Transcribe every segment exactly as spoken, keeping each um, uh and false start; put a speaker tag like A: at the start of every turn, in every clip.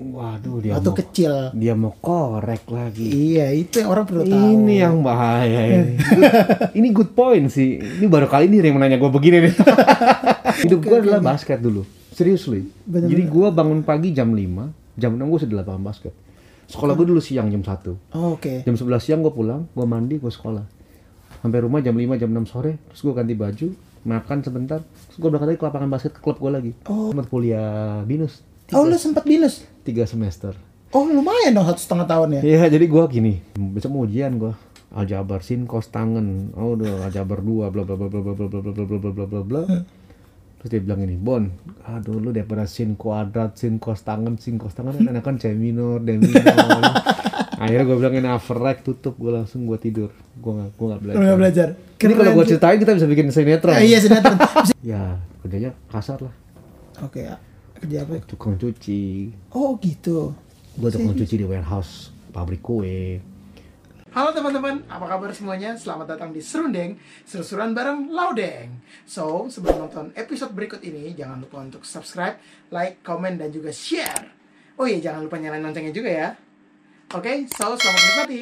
A: Waduh, dia
B: waktu
A: mau,
B: kecil.
A: Dia mau korek lagi.
B: Iya, itu yang orang perlu tahu.
A: Ini yang bahaya ini. Good, ini good point sih. Ini baru kali ini yang menanya gue begini nih. Hidup
B: okay,
A: gue
B: okay,
A: adalah
B: okay.
A: basket dulu. Seriously.
B: Bener-bener.
A: Jadi gue bangun pagi jam lima, jam enam gue sudah di lapangan basket. Sekolah gue dulu siang jam satu.
B: Oh, oke. Okay.
A: Jam sebelas siang gue pulang, gue mandi, gue sekolah. Sampai rumah jam lima, jam enam sore, terus gue ganti baju, makan sebentar, terus gue berangkat lagi ke lapangan basket ke klub gue lagi.
B: Oh.
A: Sempat kuliah binus.
B: Tiga, oh, lu sempat binus?
A: Tiga semester.
B: Oh, lumayan dong satu setengah tahun ya?
A: Iya, jadi gue gini, besok mau ujian gue. Aljabar, sin, kos, tangen. Oh, udah aljabar dua, bla bla bla bla bla bla bla bla bla bla bla bla bla. Terus dia bilang ini, Bon, aduh lu daripada sin kuadrat, sin kos tangen, sin kos tangen kan enakan C minor, D minor. Akhirnya gue bilang ini override, tutup, gue langsung gue tidur. Gue gak, gue gak belajar.
B: Gak belajar.
A: Ini kalau gue ceritain kita bisa bikin sinetron.
B: Eh, iya sinetron.
A: Ya, kerjanya kasar lah.
B: Oke, ya. Kerja apa?
A: Tukang cuci.
B: Oh gitu.
A: Gue tukang cuci di warehouse, pabrik kue.
B: Halo teman-teman, apa kabar semuanya? Selamat datang di Serundeng, seru-seruan bareng Laudeng. So, sebelum nonton episode berikut ini, jangan lupa untuk subscribe, like, komen, dan juga share. Oh iya, jangan lupa nyalain loncengnya juga ya. Oke, so selamat menikmati.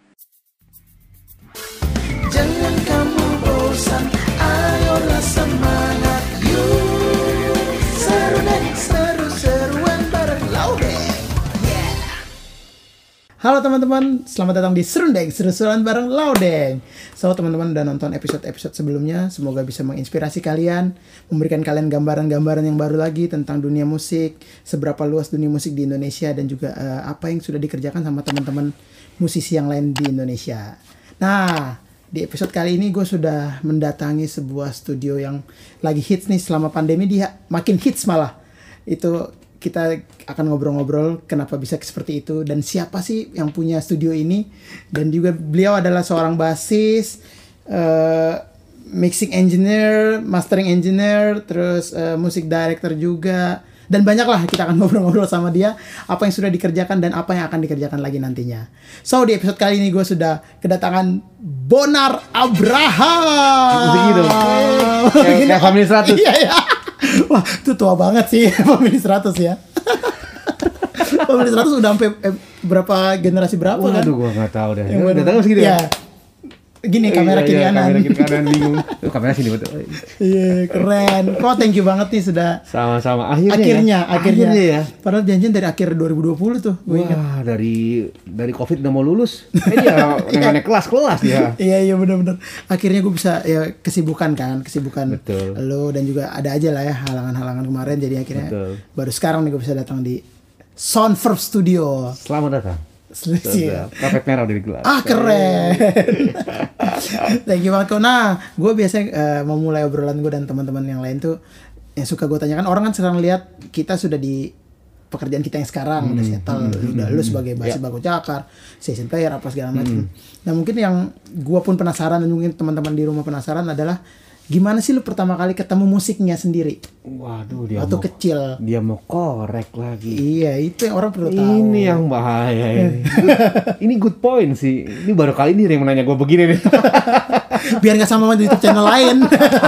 B: Jangan kamu bosan, ayolah semangat, yuk. Serundeng, seru-seruan bareng Laudeng. Halo teman-teman, selamat datang di Serundeng, seru-seruan bareng Laudeng. So teman-teman udah nonton episode-episode sebelumnya, semoga bisa menginspirasi kalian, memberikan kalian gambaran-gambaran yang baru lagi tentang dunia musik, seberapa luas dunia musik di Indonesia, dan juga uh, apa yang sudah dikerjakan sama teman-teman musisi yang lain di Indonesia. Nah, di episode kali ini gue sudah mendatangi sebuah studio yang lagi hits nih selama pandemi, dia makin hits malah. Itu kita akan ngobrol-ngobrol kenapa bisa seperti itu dan siapa sih yang punya studio ini, dan juga beliau adalah seorang bassist, uh, mixing engineer, mastering engineer, terus uh, music director juga, dan banyak lah. Kita akan ngobrol-ngobrol sama dia apa yang sudah dikerjakan dan apa yang akan dikerjakan lagi nantinya. So di episode kali ini gue sudah kedatangan Bonar Abraham.
A: Begitu. Kayak Family seratus.
B: Iya ya. Wah, itu tua banget sih Family seratus ya. Family seratus udah sampai eh, berapa generasi berapa kan?
A: Waduh, gua nggak tahu deh.
B: Yang
A: udah tahu segitu ya?
B: Gini kamera kiri
A: iya,
B: kanan.
A: Kamera kiri kanan bingung. Tuh kamera sini betul.
B: Iya, keren. Kok thank you banget nih sudah.
A: Sama-sama akhirnya.
B: Akhirnya,
A: ya?
B: akhirnya.
A: akhirnya ya.
B: Padahal janjian dari akhir dua ribu dua puluh tuh, gue ingat.
A: Wah, dari dari Covid udah mau lulus. Eh dia naik kelas-kelas dia.
B: Iya, iya benar-benar. Akhirnya gue bisa ya kesibukan kan, kesibukan
A: Betul.
B: lo, dan juga ada aja lah ya halangan-halangan kemarin, jadi akhirnya
A: Betul.
B: baru sekarang nih gue bisa datang di Soundverb Studio.
A: Selamat datang.
B: Siap.
A: Karpet merah udah digelar.
B: Ah, keren. Thank you banget. Nah, gue biasanya uh, memulai obrolan gue dan teman-teman yang lain tuh yang suka gue tanyakan, orang kan sekarang lihat kita sudah di pekerjaan kita yang sekarang, hmm, udah settle, hmm, udah hmm, lu sebagai basis yeah. bago cakar, session player apa segala macam. Hmm. Nah, mungkin yang gue pun penasaran dan mungkin teman-teman di rumah penasaran adalah gimana sih lu pertama kali ketemu musiknya sendiri?
A: Waduh, dia
B: waktu
A: mau,
B: kecil.
A: Dia mau korek lagi.
B: Iya, itu yang orang perlu tahu.
A: Ini yang bahaya ini. Ini good point sih. Ini baru kali ini yang menanya gue begini nih.
B: Biar nggak sama di YouTube channel lain.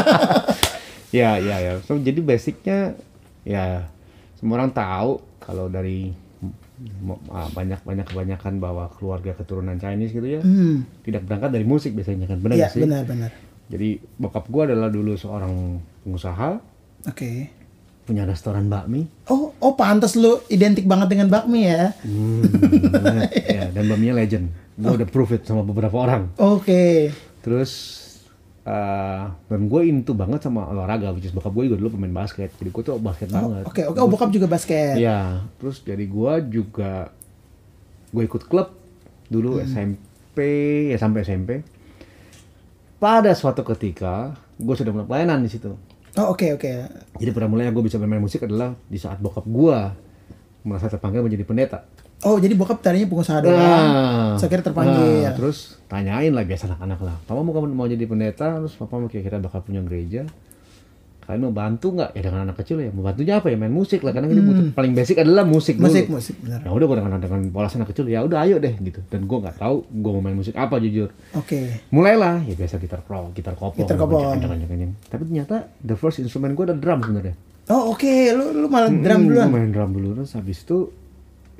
A: Ya, ya, ya. So, jadi basicnya ya semua orang tahu kalau dari banyak-banyak kebanyakan bahwa keluarga keturunan Chinese gitu ya, hmm. tidak berangkat dari musik biasanya kan, benar
B: ya,
A: sih?
B: Benar-benar.
A: Jadi bokap gue adalah dulu seorang pengusaha.
B: Oke. Okay.
A: Punya restoran bakmi.
B: Oh, oh pantas lu identik banget dengan bakmi ya.
A: Hmm, ya, dan bakminya legend. Gue oh. udah prove it sama beberapa orang.
B: Oke. Okay.
A: Terus uh, dan gue into banget sama olahraga. Which is bokap gue juga dulu pemain basket. Jadi gue tuh basket
B: oh,
A: banget.
B: Oke, okay, oke. Okay. Oh, bokap juga basket.
A: Iya. Terus jadi gue juga gue ikut klub dulu hmm. S M P ya sampai S M P. Pada suatu ketika, gue sudah mulai pelayanan di situ.
B: Oh oke okay, oke. Okay.
A: Jadi pada mulanya gue bisa bermain musik adalah di saat bokap gue merasa terpanggil menjadi pendeta.
B: Oh jadi bokap tadinya pengusaha doang, nah, so akhirnya terpanggil.
A: Nah, terus tanyain lah biasa anak-anak lah, papa mau mau jadi pendeta, terus papa mau kira-kira bakal punya gereja. Kalian mau bantu nggak? Ya dengan anak kecil ya, mau bantunya apa ya? Main musik lah, karena kita butuh hmm. paling basic adalah musik dulu.
B: Musik, musik, benar.
A: Ya udah gue dengan dengan pola anak kecil, ya udah ayo deh gitu. Dan gue nggak tahu gue mau main musik apa jujur.
B: Oke. Okay.
A: Mulailah ya biasa gitar pro, gitar kopong,
B: gitar kopong.
A: Tapi ternyata the first instrument gue adalah drum sebenarnya.
B: Oh oke, okay. lu lu malah drum
A: hmm,
B: dulu.
A: Gue main drum dulu, terus habis itu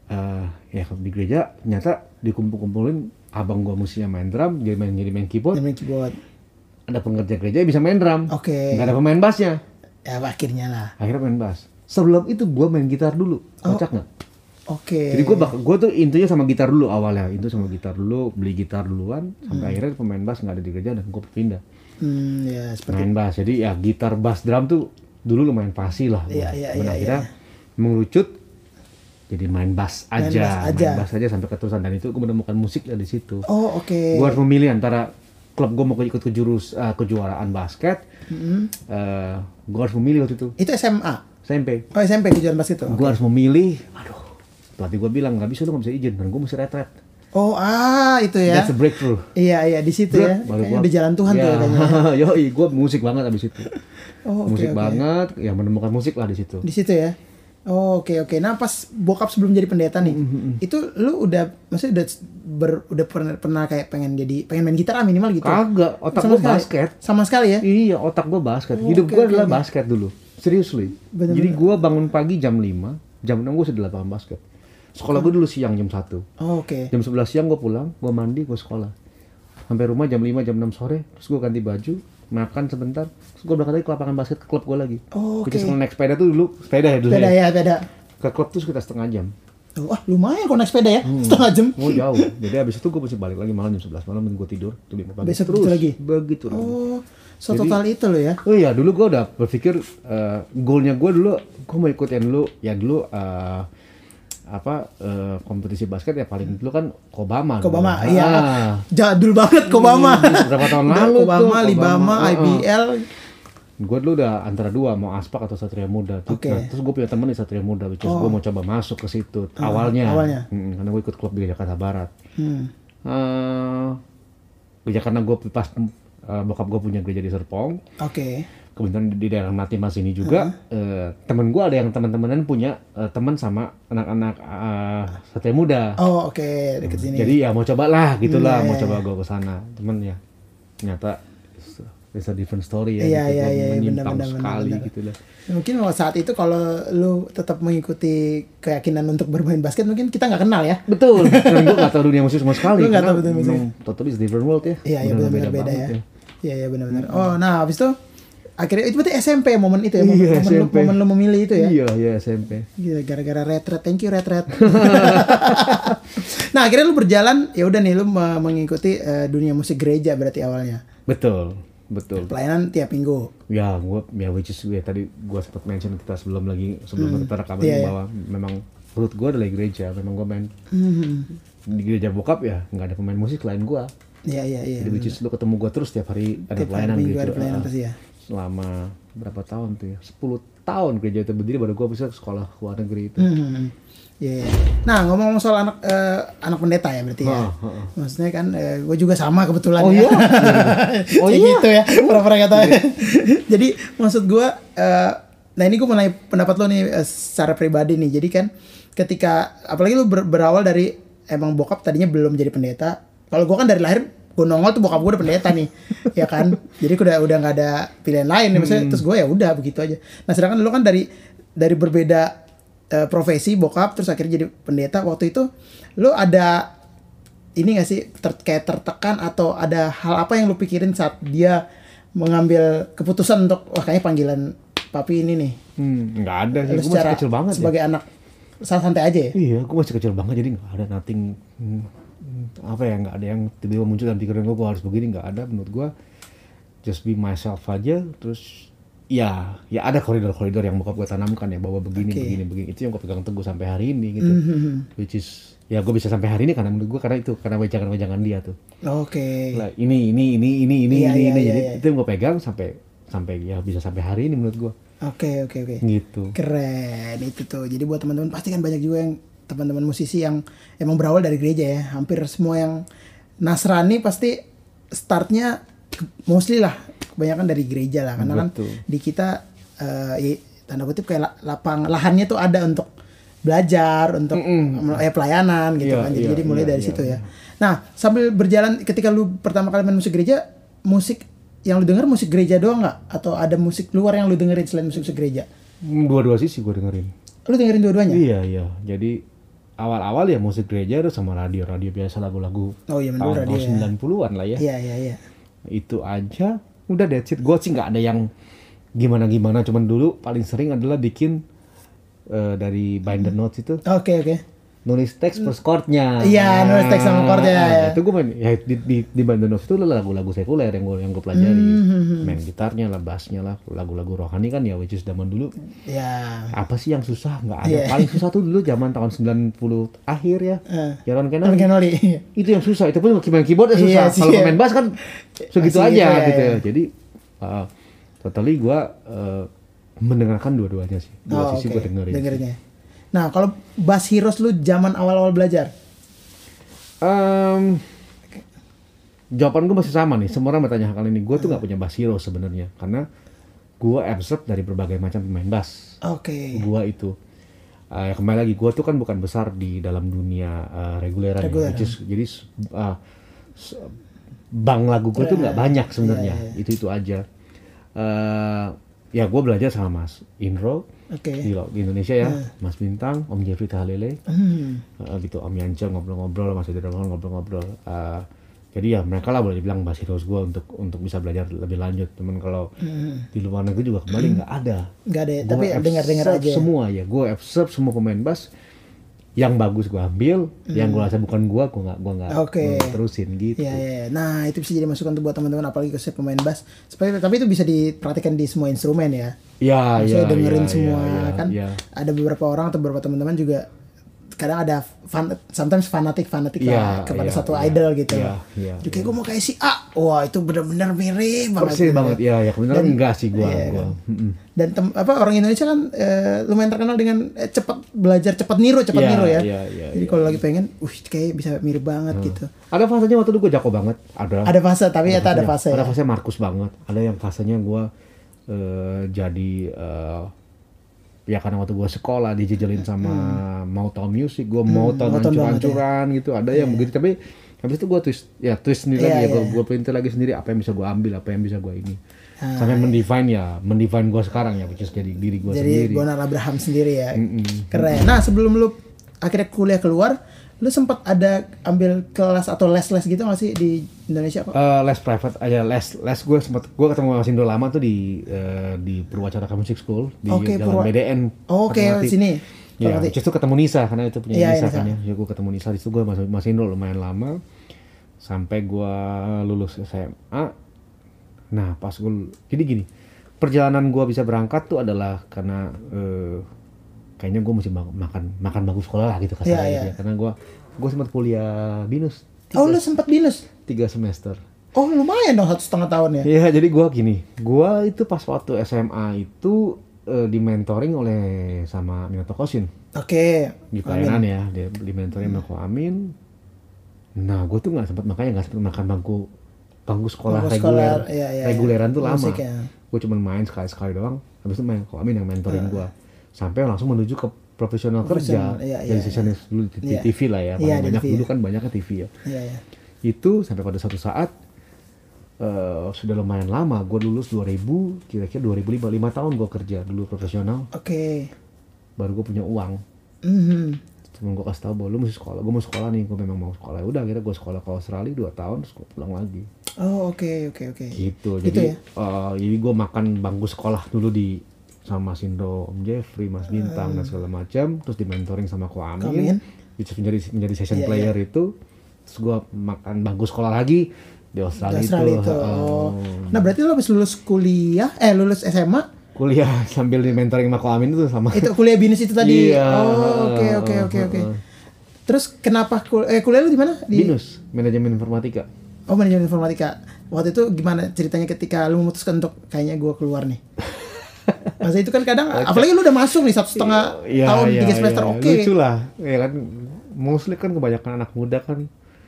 A: uh, ya di gereja ternyata dikumpul-kumpulin abang gua musinya main drum, jadi main jadi main keyboard.
B: Main keyboard.
A: Ada pengerja gereja yang bisa main drum.
B: Oke. Okay.
A: Nggak ada pemain bassnya.
B: Ya akhirnya lah.
A: Akhirnya main bass. Sebelum itu gua main gitar dulu. Kocak nggak?
B: Oh. Oke. Okay.
A: Jadi gue bak, gue tuh intinya sama gitar dulu awalnya, itu sama gitar dulu, beli gitar duluan, sampai hmm. akhirnya pemain bass nggak ada di gereja dan gue pindah.
B: Hmm, ya seperti.
A: Main bass, jadi ya gitar, bass, drum tuh dulu lumayan fasih lah.
B: Iya iya
A: iya. Akhirnya
B: ya.
A: mengerucut jadi main bass aja,
B: main bass aja,
A: main bass aja sampai keterusan dan itu gue menemukan musik dari situ.
B: Oh oke. Okay.
A: Gue harus memilih antara klub gue mau ikut ke jurus uh, kejuaraan basket, mm-hmm. uh, gue harus memilih waktu itu.
B: Itu S M A?
A: S M P.
B: Oh S M P kejuaraan basket itu.
A: Gue okay. harus memilih. Aduh. Pelatih gue bilang nggak bisa, lu nggak bisa izin dan gue mesti retret.
B: Oh ah itu ya.
A: That's a breakthrough.
B: Iya iya di situ ya. Kayaknya di jalan Tuhan
A: ya.
B: tuh katanya.
A: Yoi, gue musik banget abis itu.
B: Oh, okay,
A: musik
B: okay.
A: banget, ya menemukan musik lah di situ.
B: Di situ ya. Oh oke okay, oke. Okay. Nah pas bokap sebelum jadi pendeta nih, mm-hmm. itu lu udah maksudnya udah ber, udah pernah pernah kayak pengen jadi pengen main gitar ah minimal gitu.
A: Kagak, otak gue basket.
B: Sama sekali ya?
A: Iya, otak gue basket.
B: Oh,
A: Hidup
B: okay,
A: gue
B: okay,
A: adalah
B: okay.
A: basket dulu. Seriously. Bener-bener. Jadi gue bangun pagi jam lima, jam enam gue sudah di lapangan basket. Sekolah gue dulu siang jam satu.
B: Oh, oke. Okay.
A: Jam sebelas siang gue pulang, gue mandi, gue sekolah. Sampai rumah jam lima, jam enam sore, terus gue ganti baju, makan sebentar, terus gue berangkat lagi ke lapangan basket ke klub gue lagi.
B: Oh, oke.
A: Okay. Kita naik sepeda tuh dulu, sepeda ya dulu.
B: Sepeda ya, sepeda.
A: Ke klub tuh sekitar setengah jam.
B: Oh, ah, lumayan kalau naik sepeda ya, hmm. setengah jam.
A: Oh jauh. Jadi abis itu gue mesti balik lagi malam jam sebelas malam, gue tidur, tuh lima pagi.
B: Besok
A: terus
B: lagi?
A: Begitu lagi.
B: Oh, so jadi, total itu lo ya?
A: Oh iya, dulu gue udah berpikir, uh, goalnya gue dulu, gue mau ikutin dulu, ya dulu, uh, apa uh, kompetisi basket ya paling dulu kan Kobama.
B: Kobama,
A: dulu.
B: iya. Ah. Jadul banget Kobama.
A: Berapa tahun lalu
B: Kobama,
A: tuh?
B: Libama, uh, I B L.
A: Gue dulu udah antara dua, mau Aspak atau Satria Muda.
B: Okay.
A: Nah, terus gue punya temen di Satria Muda, which is oh. gue mau coba masuk ke situ uh, awalnya.
B: Awalnya.
A: Hmm, karena gue ikut klub di Jakarta Barat.
B: Hmm.
A: Uh, ya karena gue pas uh, bokap gue punya gereja di Serpong.
B: Oke. Okay.
A: Kemudian di daerah Natimas ini juga uh-huh. uh, temen gue ada yang teman-temanan punya uh, teman sama anak-anak uh, Satria Muda.
B: Oh oke okay. Deket sini.
A: Jadi ya mau coba lah gitulah,
B: hmm,
A: mau
B: yeah.
A: coba gue ke sana. Temen ya ternyata it's a different story ya.
B: Iya
A: gitu.
B: iya iya
A: menyimpang
B: benar
A: sekali
B: benar.
A: gitu lah.
B: Mungkin saat itu kalau lu tetap mengikuti keyakinan untuk bermain basket mungkin kita nggak kenal ya.
A: Betul. Dan gue nggak tahu dunia musik sama sekali.
B: Lu nggak tahu dunia musik.
A: Totally different world ya.
B: Iya iya benar-benar beda ya. Iya iya benar-benar. Oh nah habis itu akhirnya itu berarti S M P momen itu ya, momen,
A: iya,
B: momen, lu, momen lu memilih itu ya.
A: Iya, iya S M P.
B: Gila, gara-gara retret, thank you retret. Nah, akhirnya lu berjalan, ya udah nih lu mengikuti uh, dunia musik gereja berarti awalnya.
A: Betul, betul.
B: Pelayanan tiap minggu.
A: Ya, gua ya which is ya tadi gua sempat mention kita sebelum lagi sebelum hmm. kita rekaman
B: yeah,
A: bahwa yeah. memang root gua adalah gereja, memang gua main
B: hmm.
A: di gereja bokap ya, nggak ada pemain musik lain gua.
B: Iya, iya, iya.
A: Jadi which is lu ketemu gua terus tiap hari ada
B: tiap
A: pelayanan
B: gitu.
A: Ada
B: pelayanan pasti ya.
A: Selama berapa tahun tuh ya? sepuluh tahun gereja itu berdiri baru gue bisa sekolah luar negeri itu.
B: Hmm. Yeah. Nah ngomong-ngomong soal anak uh, anak pendeta ya berarti ya.
A: Oh, oh, oh.
B: Maksudnya kan uh, gue juga sama kebetulan
A: oh,
B: ya.
A: Iya? oh iya?
B: Gitu ya. Pernah-pernah kata. Jadi maksud gue, uh, nah ini gue mau nanya pendapat lo nih uh, secara pribadi nih. Jadi kan ketika apalagi lo ber- berawal dari emang bokap tadinya belum jadi pendeta. Kalau gue kan dari lahir gue nongol tuh bokap gue udah pendeta nih, ya kan. Jadi udah udah nggak ada pilihan lain, hmm. maksudnya. Terus gue ya udah begitu aja. Nah sedangkan lo kan dari dari berbeda uh, profesi bokap, terus akhirnya jadi pendeta. Waktu itu lo ada ini nggak sih ter- kayak tertekan atau ada hal apa yang lo pikirin saat dia mengambil keputusan untuk wah kayaknya panggilan papi ini nih?
A: Hmm, nggak ada sih. Gue masih kecil banget.
B: Sebagai ya. Anak santai aja ya?
A: Iya, gue masih kecil banget jadi nggak ada nothing. Hmm. apa ya nggak ada yang tiba-tiba muncul dalam pikiran gue gue harus begini, nggak ada. Menurut gue just be myself aja. Terus ya ya ada koridor-koridor yang bokap gue tanamkan ya bahwa begini okay. begini begini itu yang gue pegang teguh sampai hari ini gitu. Mm-hmm. Which is ya gue bisa sampai hari ini karena menurut gue karena itu karena wejangan-wejangan dia tuh.
B: Oke. Okay.
A: Lah ini ini ini ini ini
B: yeah,
A: ini
B: yeah,
A: ini
B: yeah,
A: jadi
B: yeah.
A: itu yang gue pegang sampai sampai ya bisa sampai hari ini menurut gue.
B: Oke okay, oke okay, oke. Okay.
A: Gitu.
B: Keren itu tuh. Jadi buat teman-teman pasti kan banyak juga yang teman-teman musisi yang emang berawal dari gereja ya. Hampir semua yang Nasrani pasti startnya mostly lah kebanyakan dari gereja lah. Karena Betul. Kan di kita uh, ya, tanda kutip kayak lapang lahannya tuh ada untuk belajar, untuk mm-mm. ya pelayanan gitu yeah, kan. Jadi, yeah, jadi mulai yeah, dari yeah, situ yeah. ya. Nah sambil berjalan ketika lu pertama kali main musik gereja, musik yang lu denger musik gereja doang nggak? Atau ada musik luar yang lu dengerin selain musik-musik gereja?
A: Dua-dua sisi gue dengerin.
B: Lu dengerin dua-duanya?
A: Iya iya. Jadi awal-awal ya musik gereja terus sama radio-radio biasa lagu-lagu
B: Oh iya, menurut
A: tahun
B: radio ya.
A: sembilan puluhan lah ya.
B: Iya, iya, iya.
A: Itu aja. Udah that's it. Gue sih nggak ada yang gimana-gimana. Cuman dulu paling sering adalah bikin uh, dari binder notes itu.
B: Oke, oke.
A: Nulis teks per chordnya.
B: Iya, nulis teks sama chordnya,
A: Nah,
B: ya.
A: itu gue main ya di di, di binder notes itu lagu-lagu sekuler yang gue yang gue pelajari.
B: Hmm.
A: Main gitarnya lah, bassnya lah, lagu-lagu rohani kan ya, which is zaman dulu.
B: Ya.
A: Apa sih yang susah? Nggak ada.
B: Iya.
A: Paling susah tuh dulu zaman tahun sembilan puluh akhir ya.
B: Eh.
A: Jaron
B: Kan
A: Kennedy.
B: Kenoli.
A: Itu yang susah. Itu pun main keyboard ya
B: Iya
A: susah.
B: sih,
A: Kalau
B: iya.
A: main bass kan segitu
B: Masih
A: aja
B: gitu ya,
A: gitu.
B: ya.
A: Jadi uh, totally gue uh, mendengarkan dua-duanya sih. Dua
B: Oh,
A: sisi
B: oke.
A: gue dengerin.
B: Dengerinnya. Nah, kalau Bass Heroes lu zaman awal-awal belajar?
A: Um, jawaban gue masih sama nih. Semua orang bertanya hal ini. Gue tuh nggak punya bass hero sebenarnya, karena gue absorb dari berbagai macam pemain bass.
B: Oke.
A: Gue itu uh, kembali lagi, gue tuh kan bukan besar di dalam dunia uh, reguleran, ya.
B: Reguler.
A: Which is, jadi uh, bank lagu gue tuh nggak banyak sebenarnya.
B: Iya, iya.
A: Itu itu aja. Uh, ya gue belajar sama Mas Indro
B: Oke.
A: di, di Indonesia ya, Mas Bintang, Om Jeffrey Tahalele.
B: Hmm.
A: Uh, gitu Om Yance ngobrol-ngobrol, Mas Ederawan ngobrol-ngobrol. Uh, jadi ya mereka lah boleh dibilang bass heroes gue untuk untuk bisa belajar lebih lanjut. Temen kalau
B: Hmm.
A: di luar negeri juga kembali nggak ada.
B: Nggak ada,
A: Gua
B: tapi
A: absorb
B: dengar-dengar aja.
A: semua ya. Gue absorb semua pemain bass yang bagus gue ambil, yang gue rasa bukan gue, gue nggak gue nggak
B: Oke.
A: gua nggak terusin gitu.
B: Iya, iya. Nah, itu bisa jadi masukan tuh buat teman-teman apalagi ke pemain bass. Supaya tapi itu bisa dipraktikkan di semua instrumen ya.
A: Ya,
B: Maksudnya
A: ya,
B: dengerin
A: ya,
B: semua
A: ya, ya,
B: kan.
A: ya.
B: Ada beberapa orang atau beberapa teman-teman juga kadang ada fan, sometimes fanatik-fanatik lah
A: Iya,
B: kepada
A: iya,
B: satu
A: iya.
B: idol gitu.
A: Iya, iya,
B: Jadi kayak gue mau kayak si A. Wah, itu benar-benar mirip banget.
A: Persis
B: gitu.
A: banget ya, ya kebenaran
B: Dan-
A: enggak sih gue.
B: iya,
A: Gua.
B: kan.
A: Mm-mm.
B: Dan tem- apa orang Indonesia kan eh, lumayan terkenal dengan eh, cepat belajar, cepat niru, cepat
A: Iya,
B: niru ya.
A: iya, iya,
B: Jadi
A: iya.
B: kalau lagi pengen, uh kayak bisa mirip banget gitu.
A: Ada fasenya waktu itu gue jago banget. Ada.
B: Ada fase, tapi ya ada fase.
A: Ada
B: ya.
A: fase Markus banget. Ada yang fasenya gue eh, jadi eh, ya karena waktu gue sekolah dijejelin sama Motown Music, gue Motown
B: Motown banget ya.
A: hancur-hancuran gitu. Ada yang begitu, tapi habis itu gue twist, ya twist sendiri
B: Iya,
A: lagi ya. Gue
B: iya.
A: gue pinter lagi sendiri apa yang bisa gue ambil, apa yang bisa gue ini.
B: Ah,
A: Sampai mendefine ya, mendefine gue sekarang ya, which is jadi diri gue
B: Jadi
A: sendiri.
B: Bonar Abraham sendiri ya.
A: Mm-mm.
B: Keren. Nah, sebelum lu akhirnya kuliah keluar, lu sempat ada ambil kelas atau les-les gitu nggak sih di Indonesia kok?
A: Eh, les private aja, les les gue sempat gue ketemu Mas Indro lama tuh di eh, di Purwacaraka Music School di
B: Oke,
A: Jalan
B: Purwa-
A: B D N.
B: Oh, Oke,
A: Fatmawati.
B: sini.
A: Ya,
B: Fatmawati.
A: justru ketemu Nisa karena itu punya
B: Iya,
A: Nisa
B: Nisa.
A: kan ya. Ya gue ketemu Nisa di situ gue masih Mas Indro lumayan lama sampai gue lulus S M A. Nah, pas gue jadi gini, perjalanan gue bisa berangkat tuh adalah karena eh, kayaknya gue mesti ma- makan makan bagus sekolah lah gitu kasarnya
B: Iya,
A: gitu
B: iya.
A: ya. Karena gue gue sempat kuliah binus
B: Oh, lu sempat binus.
A: tiga semester.
B: Oh, lumayan dong satu setengah tahun ya.
A: Iya, jadi gua gini, gua itu pas waktu S M A itu eh, di mentoring oleh sama Minato Kosin
B: Oke.
A: di pelayanan ya, dia di mentoring sama Ko Amin. Nah, gua tuh nggak sempat makanya nggak sempat makan bangku bangku sekolah
B: Bangku
A: reguler,
B: sekolah, iya, iya,
A: reguleran
B: iya.
A: tuh lama.
B: Musik ya.
A: Gue cuma main sekali sekali doang, habis itu main Ko Amin yang mentoring gua, sampai langsung menuju ke profesional kerja,
B: Profesional, iya,
A: jadi
B: iya,
A: sesionis dulu di, di
B: Iya.
A: T V lah ya,
B: Iya,
A: paling
B: di
A: banyak
B: T V
A: dulu
B: ya.
A: kan banyaknya T V ya.
B: Iya, iya.
A: Itu sampai pada satu saat eh, sudah lumayan lama, gue lulus dua ribu, kira-kira dua ribu lima, lima tahun gue kerja dulu profesional,
B: Oke.
A: baru gue punya uang.
B: Mhm.
A: Cuma gue kasih tau bahwa lu mesti sekolah, gue mau sekolah nih, gue memang mau sekolah. Udah akhirnya gue sekolah ke Australia dua tahun, terus gue pulang lagi.
B: Oh, oke, oke, oke.
A: Gitu,
B: Gitu
A: jadi
B: ya?
A: eh, jadi gue makan bangku sekolah dulu di sama Mas Indro, Om Jeffrey, Mas Bintang dan segala macam, terus di mentoring sama Ko
B: Amin.
A: Amin, which is menjadi menjadi session
B: Iya,
A: player itu, terus gue makan bangku sekolah lagi di
B: Di
A: Australia,
B: Australia
A: itu.
B: itu.
A: eh,
B: Oh. Nah, berarti lu habis lulus kuliah, eh lulus S M A,
A: kuliah sambil di mentoring sama Ko Amin itu sama.
B: itu kuliah binus itu tadi.
A: Iya.
B: Oh, oke, oke, oke, oke.
A: Heeh.
B: Terus kenapa kul eh kuliah lu di mana? Di
A: Binus, manajemen informatika.
B: Oh, manajemen informatika. Waktu itu gimana ceritanya ketika lu memutuskan untuk kayaknya gua keluar nih? Masa itu kan kadang, apalagi lu udah masuk nih satu setengah
A: Iya,
B: tahun,
A: iya,
B: tiga semester,
A: iya.
B: oke.
A: Lucu lah, ya kan. Mostly kan kebanyakan anak muda kan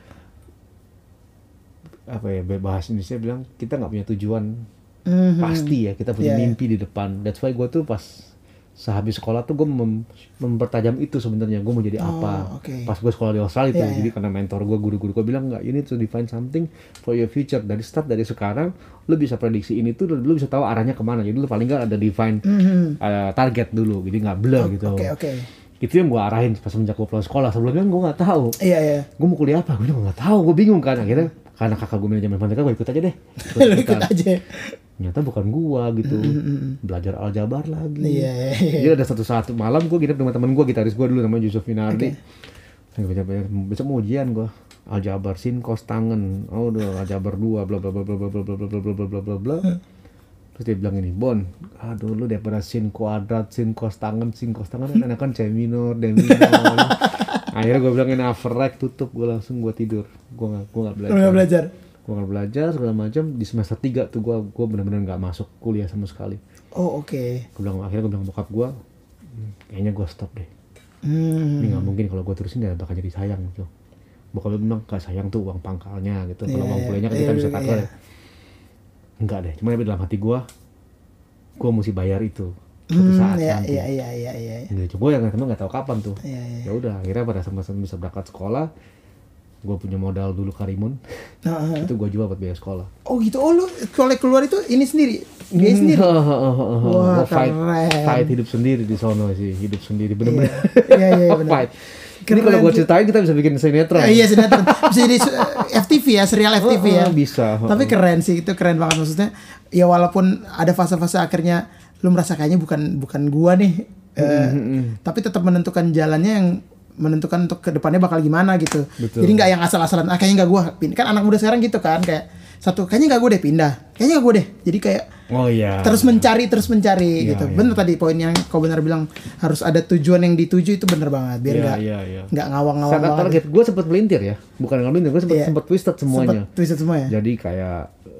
A: apa ya, bahasa Indonesia bilang kita nggak punya tujuan
B: Mhm.
A: pasti ya, kita punya
B: Iya, iya.
A: mimpi di depan. That's why gue tuh pas sehabis sekolah tuh gue mem- mempertajam itu sebenarnya, gue mau jadi
B: Oh,
A: apa.
B: oke.
A: Pas gue sekolah di Australia tuh,
B: Iya,
A: jadi
B: iya.
A: karena mentor gue, guru-guru gue bilang nggak, you need to define something for your future. Dari start, dari sekarang, lu bisa prediksi ini tuh, lu bisa tahu arahnya kemana. Jadi lu paling nggak ada define
B: Mhm.
A: uh, target dulu, jadi nggak blur gitu.
B: Oke, oke.
A: Itu yang gue arahin pas semenjak gue pulang sekolah. Sebelumnya gue nggak tahu.
B: Iya iya.
A: Gue mau kuliah apa? Gue juga nggak tahu. Gue bingung kan. Akhirnya karena kakak gue manajemen matematika, gue ikut aja deh.
B: Lu ikut aja.
A: Ternyata bukan gue gitu. Belajar aljabar lagi.
B: Iya iya. iya.
A: Jadi ada satu satu malam gue nginep dengan teman gue, gitaris gue dulu namanya Yusuf Finardi. Okay. Baca-baca besok mau ujian gue. Aljabar sin cos tangen. Oh udah aljabar dua bla bla bla bla bla bla bla bla bla bla bla bla. Terus dia bilang ini, Bon, aduh lu daripada sin kuadrat, sin cos tangen, sin cos tangen kan enakan C minor, D minor. Akhirnya gue bilangin average, tutup, gue langsung gue tidur. Gue gak, gue gak belajar.
B: Lu gak belajar?
A: Gue gak belajar segala macam. Di semester tiga tuh gue gue benar-benar gak masuk kuliah sama sekali.
B: Oh oke. Okay.
A: Gue bilang, akhirnya gue bilang bokap gue, kayaknya gue stop deh.
B: Hmm.
A: Ini gak mungkin kalau gue terusin ya bakal jadi sayang gitu. Bokap gue bilang, gak sayang tuh uang pangkalnya gitu. Kalau
B: yeah,
A: uang kuliahnya kan
B: yeah,
A: kita bisa
B: yeah,
A: tackle
B: yeah.
A: ya. Enggak deh, cuma dalam hati gue, gue mesti bayar itu suatu
B: Hmm,
A: saat
B: iya,
A: nanti.
B: iya iya iya iya.
A: Gitu, gue yang emang nggak tahu kapan tuh.
B: Iya, iya.
A: Ya udah, akhirnya pada sama bisa berangkat sekolah, gue punya modal dulu Karimun,
B: Nah,
A: itu gue jual buat biaya sekolah.
B: oh gitu, oh lu kalau keluar itu ini sendiri, biaya sendiri. Wah
A: Gue fight,
B: keren.
A: fight hidup sendiri di sono sih, hidup sendiri bener-bener.
B: Iya iya iya, bener.
A: Fight. Ini kalau gue ceritain kita bisa bikin sinetron.
B: Eh, iya sinetron, bisa jadi uh, F T V ya, serial F T V ya.
A: Oh, oh, bisa.
B: Tapi keren sih, itu keren banget maksudnya. Ya walaupun ada fase-fase akhirnya lu merasa kayaknya bukan bukan gua nih, uh, tapi tetap menentukan jalannya yang menentukan untuk kedepannya bakal gimana gitu.
A: Betul.
B: Jadi nggak yang asal-asalan, ah kayaknya nggak gua pindah. Kan anak muda sekarang gitu kan, kayak satu kayaknya nggak gua deh pindah, kayaknya nggak gua deh. Jadi kayak
A: Oh iya.
B: terus mencari terus mencari
A: Iya,
B: gitu.
A: iya.
B: Bener tadi poin yang kau benar bilang harus ada tujuan yang dituju, itu bener banget biar
A: Iya,
B: nggak
A: iya, iya.
B: nggak ngawang-ngawang
A: Saat
B: banget.
A: target gue sempet melintir ya, bukan nggak melintir, gue sempet
B: Iya.
A: sempet twisted semuanya.
B: Sempet twisted semua ya.
A: Jadi kayak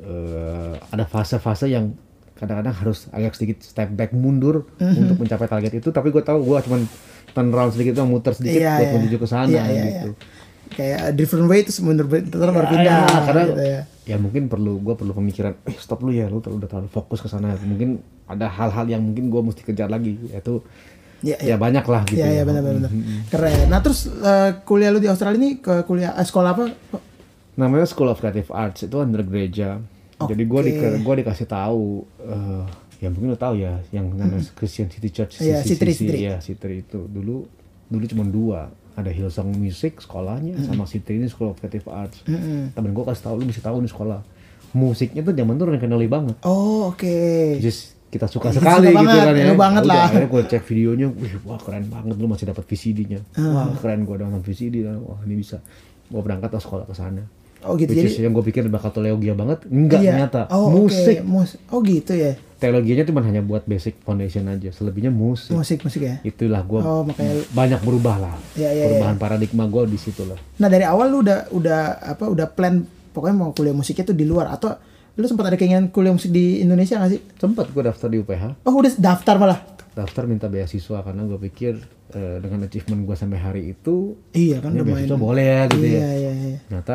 A: eh, ada fase-fase yang kadang-kadang harus agak sedikit step back mundur
B: Mhm.
A: untuk mencapai target itu, tapi gue tahu gue cuma turn around sedikit doang, muter sedikit
B: Iya,
A: buat
B: iya.
A: menuju ke sana
B: Iya, iya,
A: gitu.
B: Kayak different way terus mundur terus baru pindah.
A: Ya, karena
B: gitu ya.
A: ya mungkin perlu gue perlu pemikiran, eh stop lu ya, lu terlalu udah terlalu fokus ke sana. Mungkin ada hal-hal yang mungkin gue mesti kejar lagi, yaitu
B: Ya,
A: ya banyak lah gitu.
B: Iya, iya benar-benar. Keren. Nah, terus eh, kuliah lu di Australia ini ke kuliah eh, sekolah apa?
A: Namanya School of Creative Arts, itu under gereja. Jadi gue di,
B: Oke.
A: gue dikasih tahu, eh, ya mungkin lo tahu ya, yang namanya Christian City Church,
B: Iya,
A: C C C,
B: Citri, Citri.
A: ya Citri itu dulu dulu cuma dua, ada Hillsong Music sekolahnya, sama Citri ini School of Creative Arts.
B: Mm-mm.
A: Temen gue kasih tahu, lu mesti tahu nih sekolah musiknya tuh zaman tuh renkenali banget.
B: Oh, oke.
A: Just kita suka
B: Eh,
A: sekali
B: suka
A: gitu
B: banget,
A: kan ya.
B: lu banget
A: Udah,
B: lah.
A: akhirnya gue cek videonya, wih wah keren banget, lu masih dapat V C D-nya. Wah keren, gue download V C D, wah ini bisa. Gue berangkat ke sekolah ke sana.
B: Oh gitu.
A: Which
B: Jadi
A: is yang gue pikir bakal teologia banget, enggak
B: iya.
A: ternyata.
B: Oh,
A: Musik.
B: oke. Mus- oh gitu ya.
A: Teologianya cuma hanya buat basic foundation aja, selebihnya musik.
B: Musik musik ya.
A: Itulah gue
B: Oh, makanya-
A: banyak berubah lah.
B: Iya, iya,
A: Perubahan paradigma gue di situ lah.
B: Nah, dari awal lu udah udah apa udah plan pokoknya mau kuliah musiknya tuh di luar, atau lu sempat ada keinginan kuliah musik di Indonesia nggak sih?
A: Sempat gue daftar di U P H,
B: Oh, udah daftar malah.
A: daftar minta beasiswa karena gue pikir eh, dengan achievement gue sampai hari itu,
B: Iya kan
A: ini
B: lumayan.
A: beasiswa boleh ya gitu
B: Iya,
A: ya.
B: iya, iya.
A: Ternyata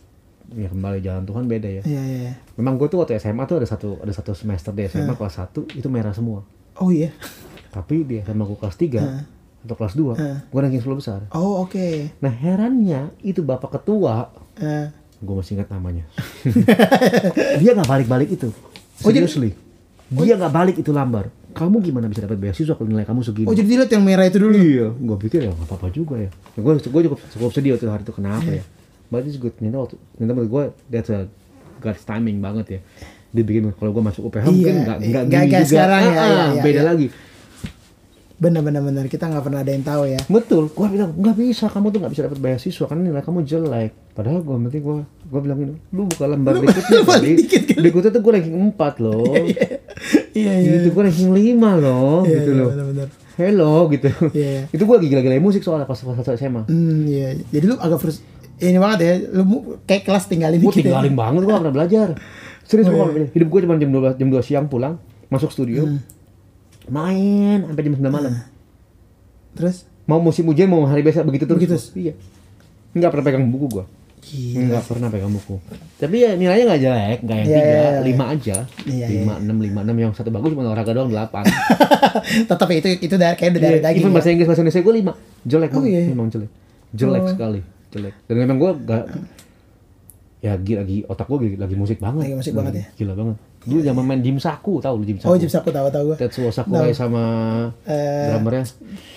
A: ya kembali jalan Tuhan beda ya.
B: Iya, iya. iya.
A: Memang gue tuh waktu S M A tuh ada satu ada satu semester di S M A kelas satu itu merah semua.
B: Oh iya.
A: Tapi di S M A gue kelas tiga atau kelas dua, gue ranking sepuluh besar.
B: Oh, oke.
A: Nah herannya itu bapak ketua,
B: Eh,
A: gue masih ingat namanya. Dia nggak balik-balik itu.
B: Oh, jadi-
A: Seriously. Dia nggak balik itu lambar. Kamu gimana bisa dapat beasiswa kalau nilai kamu segini?
B: oh jadi dilihat yang merah itu dulu.
A: Iya, gue pikir ya nggak apa-apa juga ya. Gue gue cukup cukup sedih waktu hari itu, kenapa ya? But it's good. Ternyata waktu ternyata menurut gue that's a God's timing banget ya. Dibikin kalau gue masuk U P H
B: Iya,
A: mungkin nggak nggak
B: nggak
A: gini
B: kayak
A: juga.
B: sekarang ya,
A: Ah,
B: iya,
A: ah,
B: iya,
A: beda
B: iya.
A: lagi.
B: Benar benar benar, kita nggak pernah ada yang tahu ya.
A: Betul, gue bilang nggak bisa, kamu tuh nggak bisa dapat beasiswa karena nilai kamu jelek. Padahal gue nanti gue gue bilang ini, lu buka lembar berikutnya tadi, berikutnya tuh gue ranking empat loh,
B: Iya iya.
A: gitu gue ranking lima loh,
B: Iya,
A: gitu
B: iya,
A: loh.
B: benar-benar.
A: Hello gitu.
B: Iya, iya.
A: Itu gue lagi gila-gila musik soalnya pas pas S M A.
B: Hmm, iya. Jadi lu agak frus ini banget ya. Lu mu- kayak kelas tinggalin
A: Gue
B: dikit ya.
A: tinggalin banget, gue gak pernah belajar. Serius, gue gak pernah belajar. Hidup gue cuma jam dua belas, jam dua siang pulang, masuk studio, main sampai jam sembilan malam.
B: Terus
A: Mau musim ujian, mau hari biasa, begitu terus.
B: Begitu?
A: Iya. Nggak pernah pegang buku gue.
B: gila.
A: Nggak pernah pegang buku. Tapi ya nilainya nggak jelek, nggak yang
B: Iya,
A: tiga,
B: iya, iya.
A: lima aja.
B: Iya,
A: Lima, enam, lima, enam. Yang satu bagus cuma olahraga doang, delapan.
B: Tetap itu itu dari kayak dari
A: Iya,
B: daging.
A: even
B: ya.
A: bahasa Inggris, bahasa Indonesia gue lima. Jelek
B: Oh,
A: banget,
B: iya.
A: memang jelek. Jelek
B: Oh.
A: sekali, jelek. Dan memang gue gak, ya lagi, lagi otak gue lagi, lagi musik banget.
B: Lagi musik banget ya?
A: Gila banget. Dulu zaman main Jim Saku, tahu lu Jim Saku?
B: Oh, Jim Saku tahu tahu gue.
A: Tetsuo Sakurai sama
B: Eh,
A: drummernya.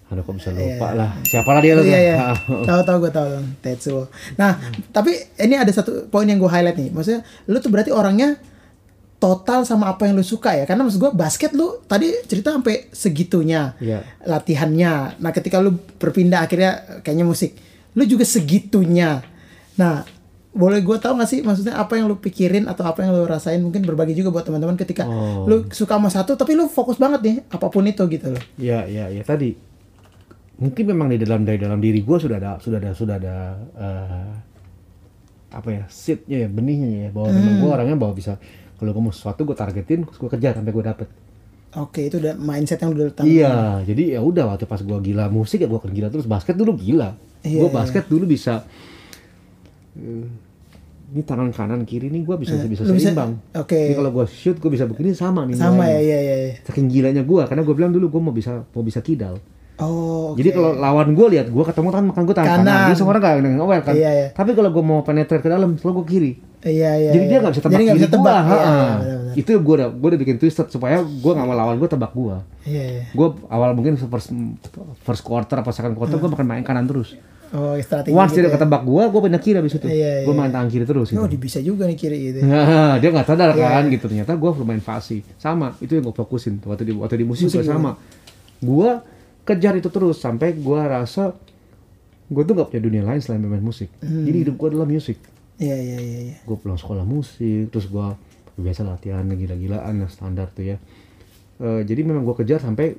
A: Aduh kok bisa lupa lah. Siapalah dia
B: Oh,
A: lu
B: iya,
A: tuh.
B: iya. Tahu-tahu gue tahu Tetsuo. Nah, tapi ini ada satu poin yang gue highlight nih. Maksudnya lu tuh berarti orangnya total sama apa yang lu suka ya. Karena maksud gue basket lu tadi cerita sampai segitunya.
A: Iya.
B: Latihannya. Nah, ketika lu berpindah akhirnya kayaknya musik. Lu juga segitunya. Nah, boleh gue tahu gak sih maksudnya apa yang lu pikirin atau apa yang lu rasain, mungkin berbagi juga buat teman-teman ketika
A: Oh.
B: lu suka sama satu tapi lu fokus banget nih apapun itu gitu loh.
A: Iya, iya, iya tadi mungkin memang di dalam dari dalam diri gue sudah ada sudah ada sudah ada uh, apa ya seednya ya benihnya ya bahwa memang gue orangnya bahwa bisa kalau gue mau sesuatu gue targetin gue kejar sampai gue dapet.
B: Oke, itu udah mindset yang udah tanam.
A: Iya, jadi ya udah waktu pas gue gila musik ya gue akan gila terus. Basket dulu gila,
B: Iya,
A: gue basket dulu bisa uh, ini tangan kanan kiri nih gue bisa bisa
B: lu bisa-
A: seimbang.
B: oke.
A: Ini kalau gue shoot gue bisa begini sama nih.
B: Sama ya,
A: nilainya.
B: iya iya. iya.
A: Saking gilanya gue karena gue bilang dulu gue mau bisa mau bisa kidal.
B: Oh, oke.
A: Jadi kalau lawan gue lihat gue ketemu tangan makan gue tangan
B: Kanan.
A: kanan, dia semua orang nggak aware kan.
B: Iya, iya.
A: Tapi kalau gue mau penetrate ke dalam, selalu gue kiri.
B: Iya iya.
A: Jadi
B: iya.
A: dia nggak bisa tebak
B: Jadi nggak
A: kiri
B: bisa tebak.
A: gue.
B: Iya, iya, benar-benar.
A: Itu gue udah gue udah bikin twisted supaya gue nggak mau lawan gue tebak gue.
B: Iya iya.
A: Gue awal mungkin first first quarter apa second quarter gue makan main kanan terus.
B: Oh, strategi.
A: Once
B: gitu
A: dia
B: ya.
A: ketebak gue, gue pindah kiri abis itu.
B: Iya,
A: Gue
B: iya.
A: main tangan kiri terus.
B: Oh,
A: Gitu.
B: dia bisa juga nih kiri gitu.
A: Nah, dia nggak sadar
B: Iya.
A: kan gitu. Ternyata gue lumayan fasih. Sama, itu yang gue fokusin. Waktu di waktu di musik,
B: Musik
A: juga sama. Gue kejar itu terus sampai gue rasa gue tuh gak punya dunia lain selain bermain musik.
B: Hmm.
A: Jadi hidup gue adalah musik.
B: Iya iya iya iya.
A: Gue pulang sekolah musik, terus gue biasa latihan gila-gilaan lah standar tuh ya. Eh, jadi memang gue kejar sampai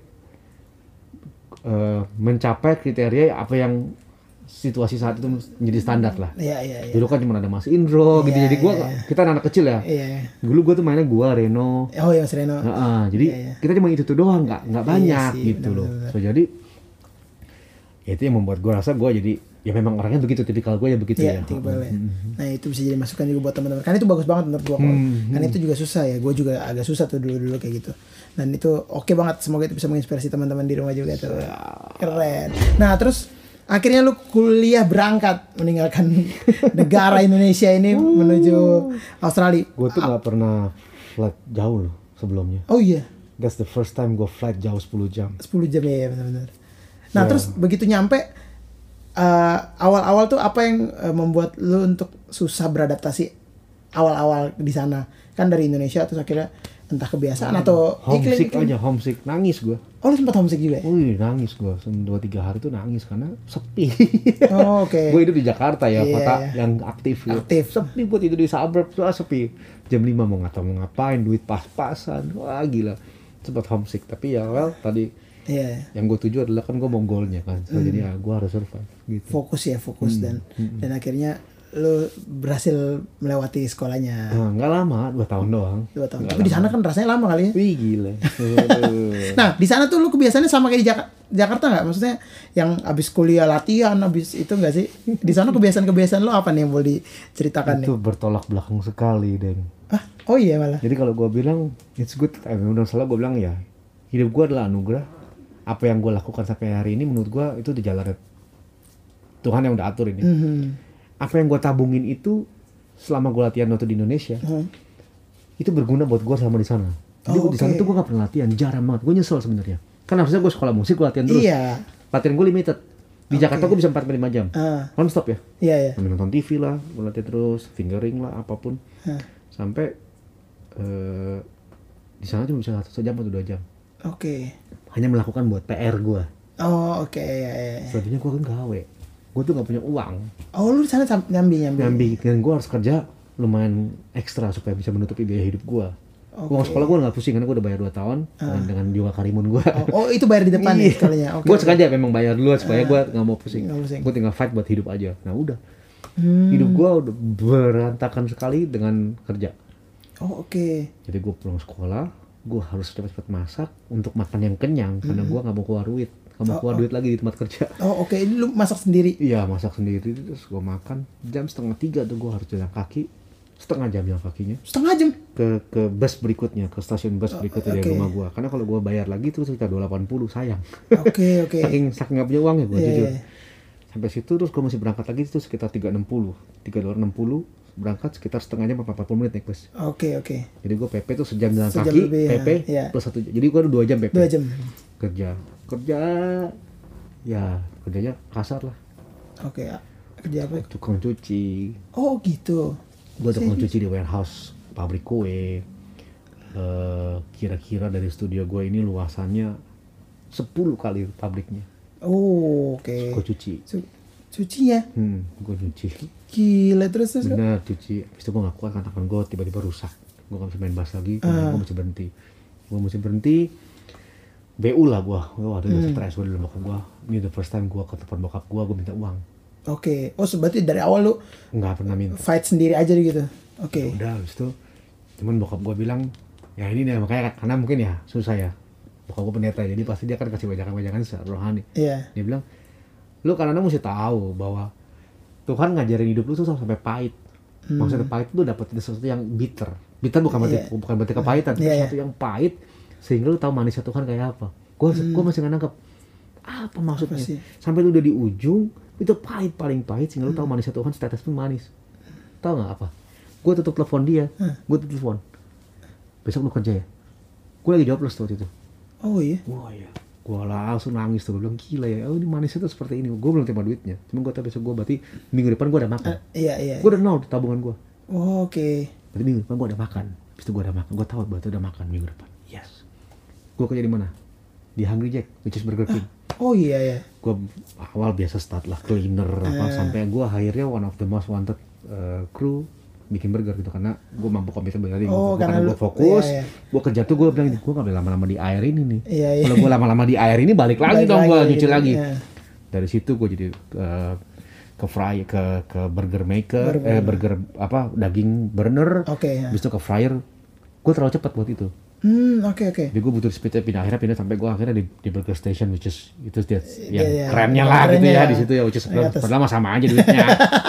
A: eh, mencapai kriteria apa yang situasi saat itu menjadi standar lah.
B: Iya iya iya.
A: Dulu kan cuma ada Mas Indro gitu.
B: Iya,
A: Jadi gue
B: iya.
A: kita anak kecil ya.
B: Iya.
A: Dulu gue tuh mainnya gue Reno.
B: Oh ya Mas Reno.
A: Nah, jadi
B: Iya, iya.
A: kita cuma itu tuh doang, nggak nggak
B: Iya
A: banyak
B: sih,
A: gitu loh.
B: benar-benar.
A: So jadi ya itu yang membuat gue rasa gue jadi ya memang orangnya begitu, tipikal gue ya begitu
B: Iya,
A: ya.
B: tiga boleh. Nah itu bisa jadi masukan juga buat teman-teman. Kan itu bagus banget menurut gua. kok.
A: Hmm,
B: Kan itu juga susah ya. Gua juga agak susah tuh dulu-dulu kayak gitu. Dan itu oke banget. Semoga itu bisa menginspirasi teman-teman di rumah juga tuh. Keren. Nah terus akhirnya lu kuliah berangkat meninggalkan negara Indonesia ini menuju Australia.
A: Gue tuh nggak pernah flight jauh loh sebelumnya.
B: Oh iya,
A: That's the first time gue flight jauh sepuluh jam.
B: sepuluh jam ya, ya benar-benar. Nah
A: Ya.
B: terus begitu nyampe eh, awal-awal tuh apa yang eh, membuat lu untuk susah beradaptasi awal-awal di sana? Kan dari Indonesia terus akhirnya entah kebiasaan atau
A: Homesick
B: iklim, iklim.
A: aja, homesick, nangis gue.
B: Oh lu sempat homesick juga ya?
A: Wih nangis gue, dua tiga hari tuh nangis karena sepi.
B: Oh, oke.
A: Gue hidup di Jakarta ya,
B: Iya,
A: kota
B: iya.
A: yang aktif. Gitu.
B: Aktif.
A: Sepi buat itu di suburb tuh ah, sepi. Jam lima mau nggak tahu mau ngapain, duit pas-pasan, wah gila. Sempat homesick, tapi ya well tadi
B: Iya.
A: yang gue tuju adalah kan gue mau goalnya kan, so, jadi ya gue harus survive gitu.
B: Fokus ya, fokus dan dan akhirnya lu berhasil melewati sekolahnya.
A: Nah, nggak lama, dua tahun doang.
B: Dua tahun.
A: Nggak
B: Tapi di
A: lama.
B: sana kan rasanya lama kali ya.
A: Wih gila. Aduh.
B: Nah, di sana tuh lu kebiasaannya sama kayak di Jak- Jakarta nggak? Maksudnya yang abis kuliah latihan, abis itu nggak sih? Di sana kebiasaan-kebiasaan lu apa nih yang boleh diceritakan nih?
A: Itu bertolak belakang sekali, Deng.
B: Ah, oh iya malah.
A: Jadi kalau gue bilang it's good, eh, udah salah gue bilang ya hidup gue adalah anugerah. Apa yang gue lakukan sampai hari ini menurut gue itu di jalan Tuhan yang udah atur ini.
B: Mhm.
A: Apa yang gue tabungin itu selama gue latihan waktu di Indonesia
B: Hmm.
A: itu berguna buat gue selama di sana. Jadi
B: Oh,
A: di sana
B: oke.
A: tuh gue gak pernah latihan, jarang banget. Gue nyesel sebenarnya. Kan harusnya gue sekolah musik, gue latihan terus.
B: Iya.
A: Latihan gue limited. Di Jakarta gue bisa empat sampai lima jam.
B: Ah,
A: Non stop ya.
B: iya ya.
A: Sambil nonton T V lah, gue latihan terus, fingering lah, apapun.
B: Hah.
A: Sampai eh, di sana cuma bisa satu jam atau dua jam.
B: Oke.
A: Hanya melakukan buat P R gue.
B: Oh, oke ya ya.
A: Selebihnya gue kan gawe. Gue tuh gak punya uang.
B: Oh, lu di sana sam- nyambi nyambi.
A: Nyambi, dan gue harus kerja lumayan ekstra supaya bisa menutupi biaya hidup gue.
B: Oke.
A: Uang sekolah gue gak pusing karena gue udah bayar dua tahun dengan, dengan jiwa karimun gue.
B: Oh, oh, itu bayar di depan ya sekalinya. Oke.
A: Gue
B: oke.
A: sengaja memang bayar duluan supaya gue gak mau pusing.
B: Nggak pusing.
A: Gue tinggal fight buat hidup aja. Nah udah.
B: Hmm.
A: Hidup gue udah berantakan sekali dengan kerja.
B: Oh, oke.
A: Jadi gue pulang sekolah, gue harus cepat-cepat masak untuk makan yang kenyang karena gue gak mau keluar duit. Gak mau keluar duit lagi di tempat kerja.
B: Oh, oke. Ini lu masak sendiri.
A: Iya masak sendiri, terus gue makan jam setengah tiga tuh gue harus jalan kaki setengah jam jalan kakinya
B: Setengah jam.
A: ke ke bus berikutnya, ke stasiun bus berikutnya
B: oke.
A: dari rumah gue, karena kalau gue bayar lagi itu sekitar dua ratus delapan puluh, sayang.
B: Oke, oke.
A: saking saking nggak punya uang ya gue
B: Iya,
A: jujur.
B: iya.
A: Sampai situ terus gue masih berangkat lagi itu sekitar tiga enam puluh tiga dolar enam puluh, berangkat sekitar setengah jam empat puluh menit naik bus.
B: Oke, oke.
A: Jadi gue P P tuh sejam jalan
B: Sejam
A: kaki,
B: lebih,
A: P P
B: ya.
A: plus satu jam. Jadi gue ada dua jam P P.
B: Dua jam.
A: Kerja, kerja ya kerjanya kasar lah.
B: Oke, ya. Kerja apa?
A: Tukang cuci.
B: Oh gitu.
A: Gue tukang cuci di warehouse pabrik kue. Uh, kira-kira dari studio gue ini luasannya sepuluh kali pabriknya.
B: Oh oke.
A: Okay. Gue cuci.
B: Su- cucinya?
A: Hmm, gue cuci.
B: Gila terus terus.
A: Bener cuci. Habis itu gue gak kuat kan tangan gue tiba-tiba rusak. Gue gak bisa main bass lagi. Uh. Gue mesti berhenti. Gue mesti berhenti. B U lah gue. Gue waduh udah hmm. stres gue dulu bokap gue. Ini the first time gue ke telepon bokap gue. Gue minta uang.
B: Oke. Okay. Oh berarti dari awal lu
A: nggak pernah minta.
B: Fight sendiri aja gitu. Oke. Okay.
A: Ya udah habis itu. Cuman bokap gue bilang. Ya ini nih makanya karena mungkin ya susah ya. Bokap gue pendeta jadi pasti dia kan kasih wajangan-wajangan secara rohani.
B: Iya. Yeah.
A: Dia bilang. Lu kadang-kadang mesti tahu bahwa. Tuhan ngajarin hidup lu tuh sampai pahit. Hmm. Maksudnya pahit lu dapet sesuatu yang bitter. Bitter bukan berarti yeah. bukan berarti kepahitan, yeah, sesuatu yeah. yang pahit sehingga lu tahu manisnya Tuhan kayak apa. Gue hmm. gue masih nggak nangkep apa maksudnya. Apa sampai lu udah di ujung itu pahit paling pahit sehingga hmm. lu tahu manisnya Tuhan setetes pun manis. Tahu nggak apa? Gue tutup telepon dia, hmm. gue tutup telepon. Besok lu kerja ya? Gue lagi jobless tuh waktu itu.
B: Oh iya.
A: Wah iya. Gue langsung nangis tuh, gue bilang gila ya, oh ini manisnya tuh seperti ini. Gue belum terima duitnya, cuma gue tahu besok gue berarti minggu depan gue udah makan. Uh,
B: iya iya.
A: Gue udah nol tabungan gue.
B: Oh, oke. Okay.
A: Berarti minggu depan gue udah makan. Habis itu gue udah makan, gue tahu berarti udah makan minggu depan. Yes. Gue kerja di mana? Di Hungry Jack, which is Burger King.
B: Uh, oh iya iya.
A: Gue awal biasa start lah cleaner uh. apa sampai gue akhirnya one of the most wanted uh, crew bikin burger gitu karena gue mampu kompeten berarti oh, karena gue fokus iya, iya. gue kerja tuh gue bilang gue gak boleh lama-lama di air ini nih iya, iya. Kalau gue lama-lama di air ini balik lagi balik dong gue nyuci lagi iya. Dari situ gue jadi uh, ke fry ke ke burger maker burger. eh burger apa daging burner
B: okay, ya.
A: Habis itu ke fryer gue terlalu cepat buat itu.
B: Hmm, oke okay, oke. Okay.
A: Jadi gue butuh speednya pindah akhirnya pindah sampai gue akhirnya di, di burger station which is itu dia yang
B: yeah,
A: kerennya
B: yeah.
A: lah
B: kerennya
A: gitu ya,
B: ya
A: di situ ya which is padahal sama aja duitnya.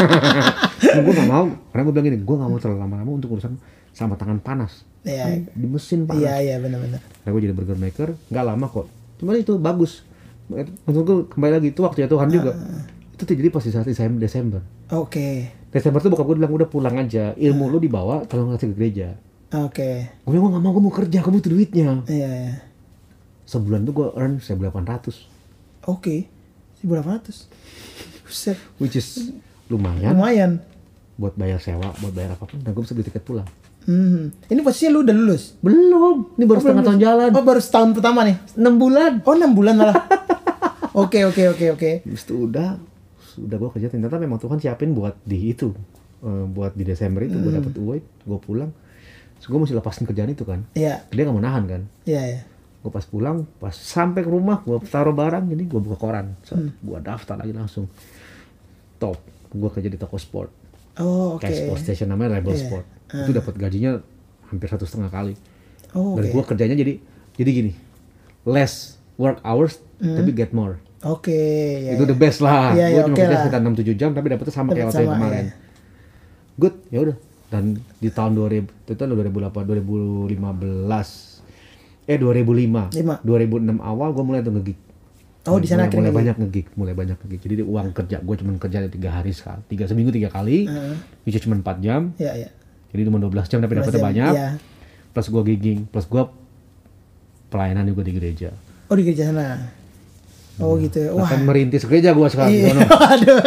A: Gue gak mau karena gue bilang gini gue gak mau terlalu lama-lama untuk urusan sama tangan panas.
B: Yeah.
A: Kan, di mesin panas.
B: Iya yeah, iya yeah, benar-benar.
A: Karena gue jadi burger maker nggak lama kok. Cuman itu bagus. Menurut gue kembali lagi itu waktu ya Tuhan juga. Uh. Itu terjadi pas di saat Desember.
B: Oke. Okay.
A: Desember tuh bokap gue bilang udah pulang aja. Ilmu uh. lu dibawa kalau ngasih ke gereja.
B: Oke. Okay.
A: Gue bilang, gue gak mau, gue mau kerja, kamu butuh duitnya.
B: Iya, iya.
A: Sebulan tuh gue earn seribu delapan ratus.
B: Oke, okay. seribu delapan ratus. Buset.
A: Which is lumayan.
B: Lumayan.
A: Buat bayar sewa, buat bayar apapun, dan gue bisa beli tiket pulang.
B: Hmm. Ini posisinya lu udah lulus?
A: Belum, ini baru oh, setengah tahun jalan.
B: Oh baru setahun pertama nih?
A: enam bulan.
B: Oh enam bulan malah. Oke, oke, oke, oke.
A: Terus itu udah, udah gue kerja, ternyata memang Tuhan siapin buat di itu. Uh, buat di Desember itu, hmm. gue dapet duit, gue pulang. Terus gue mesti lepasin kerjaan itu kan.
B: Iya.
A: Dia gak mau nahan kan.
B: Iya, iya.
A: Gue pas pulang, pas sampai ke rumah, gue taruh barang, jadi gue buka koran. So, hmm. gue daftar lagi langsung. Top, gue kerja di toko sport.
B: Oh, oke. Okay.
A: Kayak sport station namanya Rebel yeah. Sport. Uh. Itu dapat gajinya hampir satu setengah kali. Oh, Dan okay. gue kerjanya jadi, jadi gini, less work hours, hmm. tapi get more.
B: Oke. Okay, yeah,
A: itu
B: yeah.
A: the best lah.
B: Yeah,
A: gue
B: yeah,
A: cuma
B: okay
A: kerja
B: lah.
A: sekitar enam tujuh jam, tapi dapetnya sama kayak waktu yang kemarin. Yeah. Good, ya udah. Dan di tahun dua ribu itu tahun dua ribu delapan dua ribu lima belas eh dua ribu lima dua ribu enam awal gue mulai tuh ngegig.
B: Oh di sana
A: mulai, mulai banyak ngegig mulai banyak ngegig jadi uang kerja gue cuma kerja tiga hari sekali tiga seminggu tiga kali uh-huh. Itu cuma empat jam
B: yeah, yeah.
A: Jadi cuma dua belas jam tapi dapetnya banyak
B: yeah.
A: Plus gue gigging plus gue pelayanan juga di gereja.
B: Oh di gereja sana. Oh hmm. gitu.
A: Wah. Akan merintis gereja gue sekarang.
B: Iya. Aduh.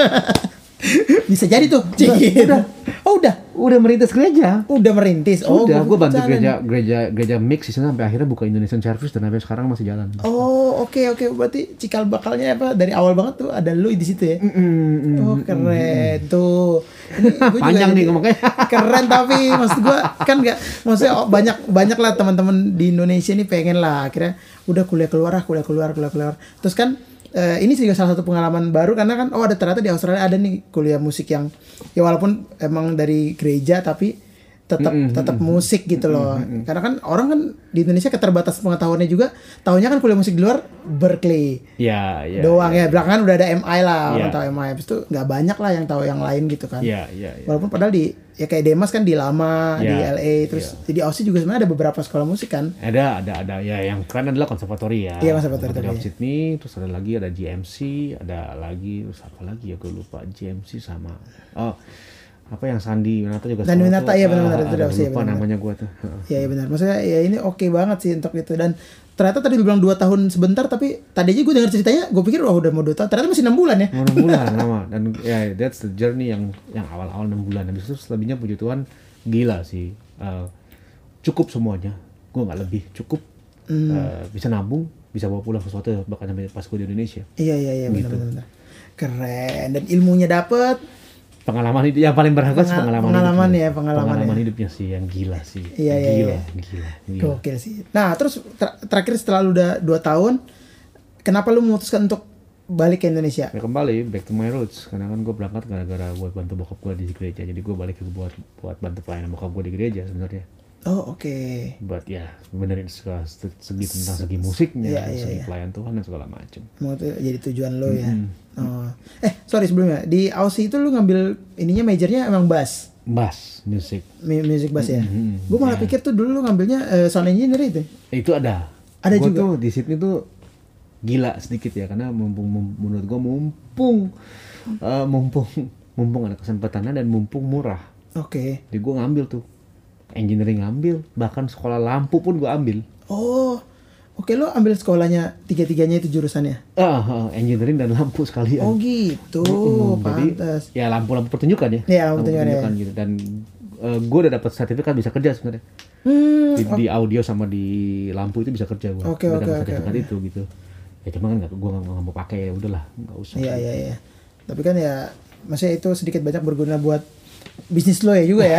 B: Bisa jadi tuh.
A: Udah, udah.
B: Oh udah.
A: Udah merintis gereja.
B: Udah merintis. Oh,
A: udah. Gue bantu gereja, gereja, gereja mix di sana sampai akhirnya buka Indonesian Service dan sampai sekarang masih jalan.
B: Oh oke okay, oke. Okay. Berarti cikal bakalnya apa dari awal banget tuh ada lu di situ ya. Mm, mm, mm, oh keren mm, tuh. Ini
A: panjang nih ngomongnya.
B: Keren tapi maksud gue kan nggak. Maksudnya oh, banyak banyak lah teman-teman di Indonesia ini pengen lah akhirnya udah kuliah keluar ah kuliah keluar kuliah keluar. Terus kan. Uh, ini juga salah satu pengalaman baru karena kan oh ada ternyata di Australia ada nih kuliah musik yang ya walaupun emang dari gereja tapi tetap mm-hmm. tetap musik gitu loh. Mm-hmm. Karena kan orang kan di Indonesia keterbatasan pengetahuannya juga tahunya kan kuliah musik di luar Berkeley.
A: Iya, yeah, yeah,
B: doang
A: yeah.
B: ya. Belakangan udah ada M I lah, yeah. orang tahu M I. Habis itu enggak banyak lah yang tahu yang lain gitu kan.
A: Iya, yeah, iya, yeah, yeah.
B: Walaupun padahal di ya kayak Demas kan di Lama, yeah, di L A terus yeah. Jadi Aussie juga sebenarnya ada beberapa sekolah musik kan.
A: Ada, ada, ada. Ya yang keren adalah konservatori ya.
B: Iya, konservatori
A: di Sydney, terus ada lagi ada G M C, ada lagi terus apa lagi ya gue lupa G M C sama oh apa yang Sandi Winata juga
B: Sandi
A: solo
B: Winata,
A: tuh,
B: iya benar-benar,
A: ah,
B: itu
A: ah,
B: udah sih,
A: lupa
B: benar-benar.
A: namanya gue tuh.
B: Iya iya benar. Maksudnya ya ini oke banget sih untuk itu. Dan ternyata tadi lu bilang dua tahun sebentar, tapi tadi aja gue denger ceritanya gue pikir wah udah mau dua tahun, ternyata masih enam bulan ya.
A: Mau enam bulan lama, dan ya that's the journey yang yang awal-awal enam bulan. Habis itu selebihnya puji Tuhan gila sih. Uh, cukup semuanya. Gue nggak lebih, cukup.
B: Hmm.
A: Uh, bisa nabung, bisa bawa pulang sesuatu bahkan sampai pas gue di Indonesia.
B: Iya iya iya
A: Gitu.
B: benar-benar. Keren, dan ilmunya dapet.
A: Pengalaman hidup yang paling berharga sih
B: Pengal-
A: pengalaman,
B: pengalaman
A: hidupnya.
B: ya, pengalaman
A: Pengalaman
B: ya.
A: hidupnya sih yang gila sih.
B: Iya, iya,
A: gila,
B: iya.
A: gila, gila.
B: Gokil sih. Nah terus ter- terakhir setelah lu udah dua tahun, kenapa lu memutuskan untuk balik ke Indonesia?
A: Ya kembali back to my roots, karena kan gue berangkat gara-gara buat bantu bokap gue di gereja, jadi gue balik ke buat buat bantu pelayanan bokap gue di gereja sebenarnya.
B: Oh oke.
A: Buat ya benerin segala se- segi tentang segi musiknya,
B: Iya, iya,
A: segi
B: iya.
A: pelayan Tuhan dan segala macam.
B: Mau itu jadi tujuan lo ya.
A: Mm-mm.
B: Oh. Eh sorry sebelumnya di Aussie itu lu ngambil ininya majornya emang bass,
A: Bass music
B: mu- music bass ya.
A: Mm-mm.
B: Gue malah
A: Ya.
B: pikir tuh dulu lu ngambilnya eh, sound engineer itu.
A: itu ada.
B: Ada
A: Gua
B: juga?
A: tuh di Sydney tuh gila sedikit ya, karena mumpung mum- menurut gue mumpung eh, mumpung mumpung ada kesempatannya dan mumpung murah.
B: Oke.
A: Jadi gue ngambil tuh engineering, ngambil bahkan sekolah lampu pun gue ambil.
B: Oh. Oke lo ambil sekolahnya tiga-tiganya itu jurusannya.
A: Ah, ah, engineering dan lampu sekalian.
B: Oh gitu.
A: Mm, jadi
B: Pantas.
A: ya lampu-lampu pertunjukan ya.
B: Iya, lampu pertunjukan,
A: gitu. Dan gue udah dapat sertifikat bisa kerja sebenarnya.
B: Hmm.
A: Di, di audio sama di lampu itu bisa kerja gue.
B: Oke,
A: Udah
B: oke,
A: dapat
B: oke,
A: sertifikat
B: oke.
A: itu gitu. Ya cuma kan nggak, gue nggak mau pakai, ya udahlah, nggak usah.
B: Iya iya iya. Tapi kan ya maksudnya itu sedikit banyak berguna buat bisnis lo ya juga ya.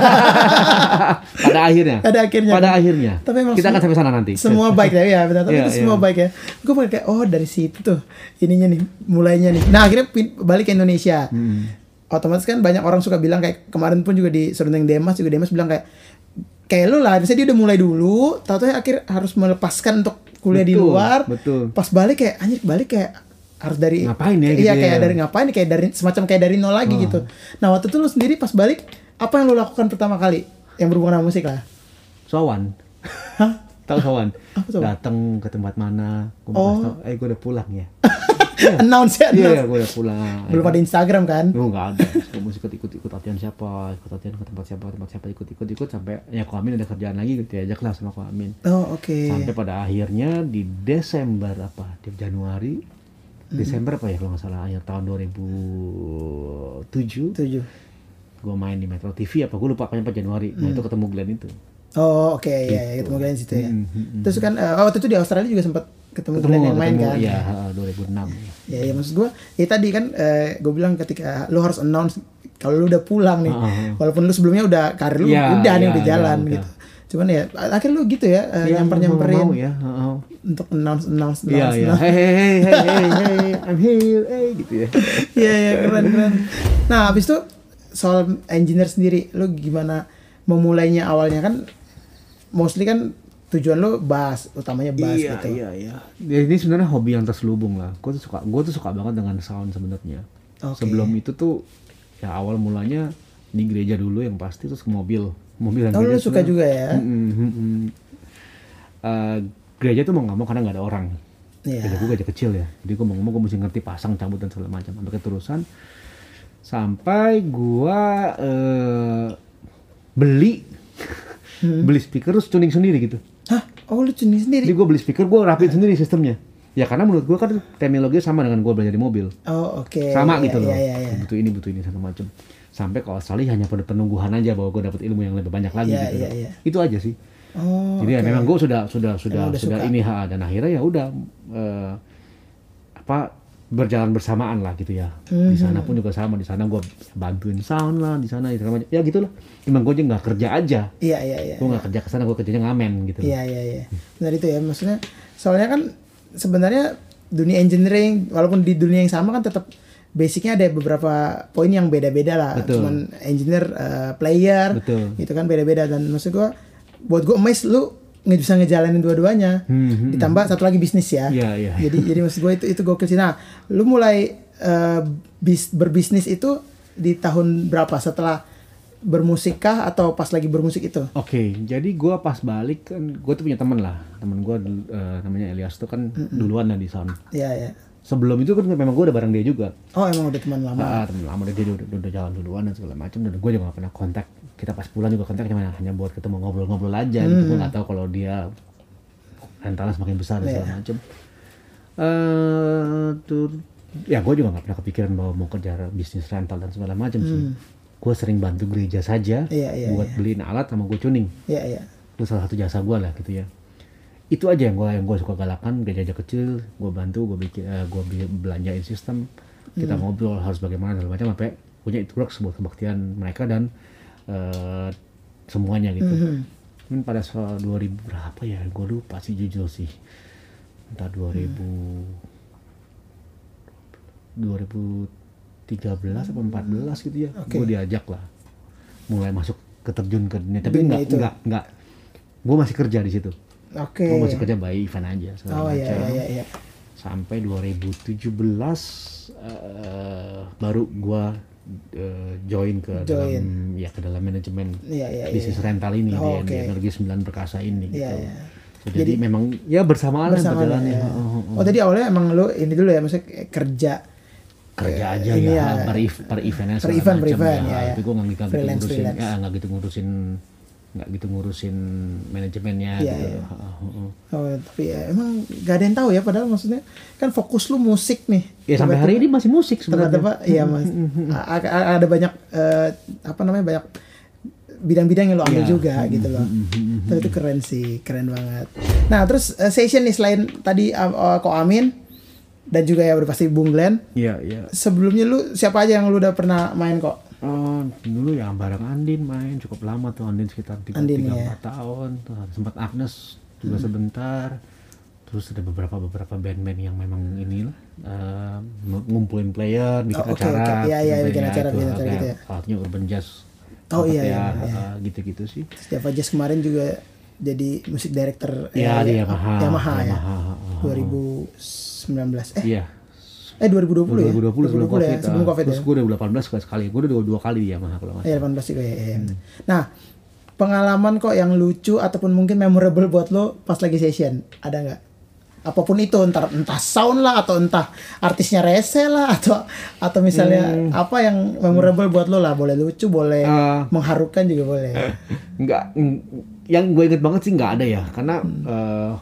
A: Pada akhirnya.
B: Pada akhirnya.
A: Pada akhirnya.
B: Tapi emang
A: kita akan
B: semua-
A: sampai sana nanti.
B: Semua baik ya, ya benar. Tapi
A: Iya,
B: itu semua
A: iya.
B: baik ya. Gue kayak oh dari situ tuh ininya nih, mulainya nih. Nah akhirnya pin- balik ke Indonesia.
A: Hmm.
B: Otomatis kan banyak orang suka bilang kayak kemarin pun juga di Serundeng Demas juga Demas bilang kayak kayak lu lah, misalnya dia udah mulai dulu, tahu-tahu akhir harus melepaskan untuk kuliah di
A: Betul,
B: luar.
A: betul.
B: Pas balik kayak anjir balik kayak harus dari
A: Ngapain ya
B: Iya
A: gitu
B: kayak
A: ya.
B: dari ngapain kayak dari semacam kayak dari nol lagi gitu. Nah waktu itu lu sendiri pas balik apa yang lu lakukan pertama kali yang berhubungan sama musik lah?
A: Sowan.
B: Hah?
A: Tahu Sowan?
B: Apa tuh?
A: Datang ke tempat mana? Gue
B: Oh.
A: tahu, eh gue udah pulang ya.
B: Announce ya,
A: Iya,
B: announce.
A: ya, gue udah pulang.
B: Belum ada Instagram kan?
A: Gue nggak ada. Gue mesti ikut ikut ikut latihan siapa, ikut latihan ke tempat siapa, tempat siapa, ikut ikut ikut sampai ya Ko Amin ada kerjaan lagi gitu, diajak lah sama Ko Amin.
B: Oh oke.
A: Sampai pada akhirnya di Desember apa? Di Januari, Desember apa ya kalau nggak salah, akhir tahun dua ribu tujuh.
B: Tujuh.
A: Gue main di Metro T V apa? Gue lupa kayaknya pas Januari. Nah itu ketemu Glenn itu.
B: Oh oke ya, ya ketemu kalian situ ya.
A: Hmm, hmm, hmm.
B: Terus kan eh, oh, waktu itu di Australia juga sempat ketemu,
A: Ketemu,
B: Glenn yang main
A: ketemu,
B: kan?
A: Iya, dua ribu enam.
B: Ya, ya maksud gue, ya tadi kan eh, gue bilang ketika lu harus announce kalau lu udah pulang nih,
A: Ah, ah.
B: walaupun lu sebelumnya udah karir lu
A: Ya,
B: udah nih
A: ya,
B: udah
A: ya,
B: jalan
A: udah.
B: gitu. Cuman ya akhirnya lu gitu ya, eh,
A: Ya,
B: nyamper
A: mau-
B: nyamperin
A: mau ya. heeh.
B: untuk announce announce
A: Iya,
B: announce.
A: iya.
B: announce.
A: Hey, hey, hey, hey, hey, hey, I'm here, hey, gitu ya.
B: Iya iya keren keren. Nah habis itu soal engineer sendiri, lu gimana memulainya awalnya kan? Mostly kan tujuan lu bass, utamanya bass
A: iya,
B: gitu.
A: iya, iya. Ya, ini sebenarnya hobi yang terselubung lah. Gue tuh suka, gue tuh suka banget dengan sound sebenarnya.
B: Oke.
A: Sebelum itu tuh, ya awal mulanya di gereja dulu yang pasti, terus ke mobil, mobil dan
B: Oh
A: gereja.
B: lu suka
A: sebenarnya-
B: juga ya?
A: Mm-mm, mm-mm. Eh, gereja tuh mau nggak mau karena nggak ada orang.
B: Iya.
A: Gereja gue gereja kecil ya. Jadi gue mau ngomong gue mesti ngerti pasang, cabut dan segala macam. Sampai keterusan sampai gue eh, beli
B: Hmm.
A: beli speaker terus tuning sendiri gitu.
B: Hah? Oh lu tuning sendiri?
A: Jadi gue beli speaker, gue rapiin sendiri sistemnya. Ya karena menurut gue kan teknologi sama dengan gue belajar di mobil.
B: Oh oke.
A: Sama
B: Iya,
A: gitu loh.
B: Iya iya iya.
A: Butuh ini, butuh ini, segala macam. Sampai ke Australia hanya pada penungguhan aja bahwa gue dapet ilmu yang lebih banyak lagi
B: Iya,
A: gitu.
B: iya,
A: loh.
B: iya.
A: Itu aja sih.
B: Oh.
A: Jadi ya
B: oke.
A: memang gue sudah sudah sudah
B: Emang udah
A: sudah
B: suka.
A: ini ha dan akhirnya ya udah eh, apa berjalan bersamaan lah gitu ya. Di sana pun juga sama, di sana gue bantuin sound lah, di sana segala macam. Ya gitulah. Emang gue aja nggak kerja aja.
B: Iya iya iya.
A: Gue nggak kerja ke sana, gue kerjanya ngamen gitu.
B: Iya iya iya. Benar itu ya, maksudnya soalnya kan sebenarnya dunia engineering walaupun di dunia yang sama kan tetap basicnya ada beberapa poin yang beda-beda lah.
A: Betul.
B: Cuman engineer, eh, player,
A: Betul.
B: itu kan beda-beda dan maksud gua buat gua amazed lu nggak bisa ngejalanin dua-duanya.
A: Hmm, hmm,
B: Ditambah satu lagi bisnis ya.
A: Iya, iya.
B: Jadi jadi maksud gua itu itu gokil sih. Nah, lu mulai eh, bis, berbisnis itu di tahun berapa setelah bermusik kah atau pas lagi bermusik itu?
A: Oke, jadi gue pas balik kan, gue tuh punya temen lah, temen gue uh, namanya Elias tuh kan duluan lah di sound.
B: Iya ya.
A: sebelum itu kan memang gue udah bareng dia juga.
B: Oh emang udah teman lama.
A: Ah, teman lama dia udah, udah, udah jalan duluan dan segala macam, dan gue juga gak pernah kontak. Kita pas pulang juga kontak cuma hanya buat ketemu ngobrol-ngobrol aja. Hmm. Gitu. Gue nggak tahu kalau dia rentalnya semakin besar dan segala yeah. macam. Uh, tuh, ya gue juga nggak pernah kepikiran bahwa mau kerja bisnis rental dan segala macam hmm. sih. Gue sering bantu gereja saja yeah, yeah, buat yeah. beliin alat sama gue tuning.
B: Iya yeah, iya. Yeah.
A: Itu salah satu jasa gue lah gitu ya. Itu aja yang gue yang gue suka galakan, gereja kecil, gue bantu, gue bikin, uh, gue belanjain sistem, kita hmm. ngobrol harus bagaimana segala macam, sampai punya it works buat kebaktian mereka dan uh, semuanya gitu. Hmm. Pada soal dua ribu berapa ya, gue lupa sih jujur sih, entah dua ribu dua ribu tiga belas atau empat belas gitu ya, okay. gue diajak lah, mulai masuk keterjun ke dunia, tapi enggak enggak enggak, gue masih kerja di situ.
B: Oke. Okay.
A: Gue masih kerja by event aja.
B: Oh iya, iya iya iya.
A: Sampai dua ribu tujuh belas uh, baru gue uh, join ke join. dalam ya ke dalam manajemen yeah, yeah, bisnis yeah. rental ini oh, di, okay. di Energi Sembilan Perkasa ini.
B: Yeah,
A: gitu.
B: yeah.
A: So, jadi, jadi memang ya bersamaan perjalanannya.
B: Ya. Oh, oh. oh tadi awalnya emang lo ini dulu ya, maksudnya kerja
A: kerja aja ya, ya per, per eventnya
B: per event per event ya, ya.
A: Tapi gue nggak gitu ngurusin ya nggak gitu ngurusin nggak gitu ngurusin manajemennya
B: ya,
A: gitu.
B: Ya. Oh, tapi ya, emang gak ada yang tahu ya, padahal maksudnya kan fokus lu musik nih.
A: Ya sampai hari ini masih musik sebenarnya.
B: Ternyata iya mas. Ada banyak uh, apa namanya banyak bidang-bidang yang lo ambil ya. juga gitu loh. Tapi itu keren sih, keren banget. Nah terus uh, session nih selain tadi uh, Ko Amin dan juga ya udah pasti Bung Glenn.
A: Iya iya.
B: Sebelumnya lu siapa aja yang lu udah pernah main kok?
A: Oh, dulu ya bareng Andin main cukup lama tuh, Andin sekitar tiga empat ya. tahun, tuh sempat Agnes juga hmm. sebentar. Terus ada beberapa beberapa band-band yang memang ini lah uh, ngumpulin player, bikin oh, okay, acara,
B: okay. Ya, ya, bikin acara,
A: itu,
B: bikin acara gitu ya.
A: Artinya Urban Jazz.
B: Oh iya,
A: ya,
B: iya, iya.
A: Uh, gitu-gitu sih.
B: Java Jazz kemarin juga jadi musik director
A: ya,
B: eh,
A: di Yamaha,
B: Yamaha, Yamaha
A: ya.
B: dua ribu sembilan belas eh.
A: Iya.
B: Eh dua ribu dua puluh ya?
A: dua ribu dua puluh sebelum Covid,
B: ya? Sebelum Covid
A: terus
B: ya?
A: gue udah delapan belas sekali, gue udah dua, dua kali di Yamaha kalau nggak salah.
B: Iya delapan belas juga ya. Hmm. Nah, pengalaman kok yang lucu ataupun mungkin memorable buat lo pas lagi session, ada nggak? Apapun itu, entah, entah sound lah atau entah artisnya rese lah atau atau misalnya hmm. apa yang memorable buat lo lah, boleh lucu, boleh uh, mengharukan juga boleh.
A: Nggak, yang gue inget banget sih nggak ada ya, karena hmm. uh,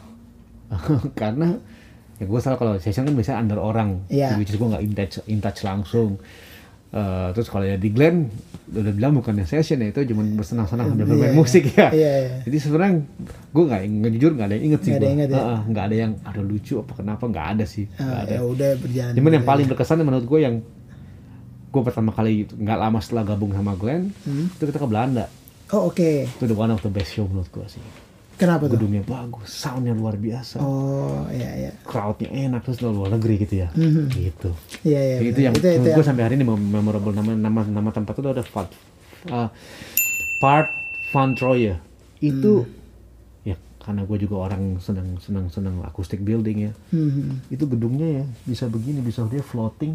A: karena ya gue salah kalau session kan biasanya under orang, yeah. which is gue nggak in touch, in touch langsung. Uh, terus kalau ya di Glenn udah bilang bukannya session ya, itu cuma bersenang-senang sambil bermain yeah. musik ya.
B: Yeah, yeah.
A: Jadi sebenarnya gue nggak jujur nggak ada yang inget sih gue.
B: Nggak
A: ya? uh, uh, ada yang ada lucu apa kenapa nggak ada sih.
B: Uh,
A: gak ada.
B: Ya udah berjalan.
A: Cuman yang paling berkesan menurut gue yang gue pertama kali nggak lama setelah gabung sama Glenn hmm. itu kita ke Belanda.
B: Oh oke. Okay.
A: Itu the one of the best show menurut gue sih.
B: Kenapa tuh?
A: Gedungnya bagus, soundnya luar biasa.
B: Oh iya iya.
A: Crowdnya enak, terus luar negeri gitu ya.
B: Mm-hmm.
A: Gitu.
B: Iya iya.
A: Itu yang itu, itu gue sampai hari ini memorable, nama nama nama tempat itu ada Fat, uh, Part Van Troye. Itu mm. ya karena gue juga orang senang senang senang akustik building ya.
B: Mm-hmm.
A: Itu gedungnya ya bisa begini, bisa dia floating.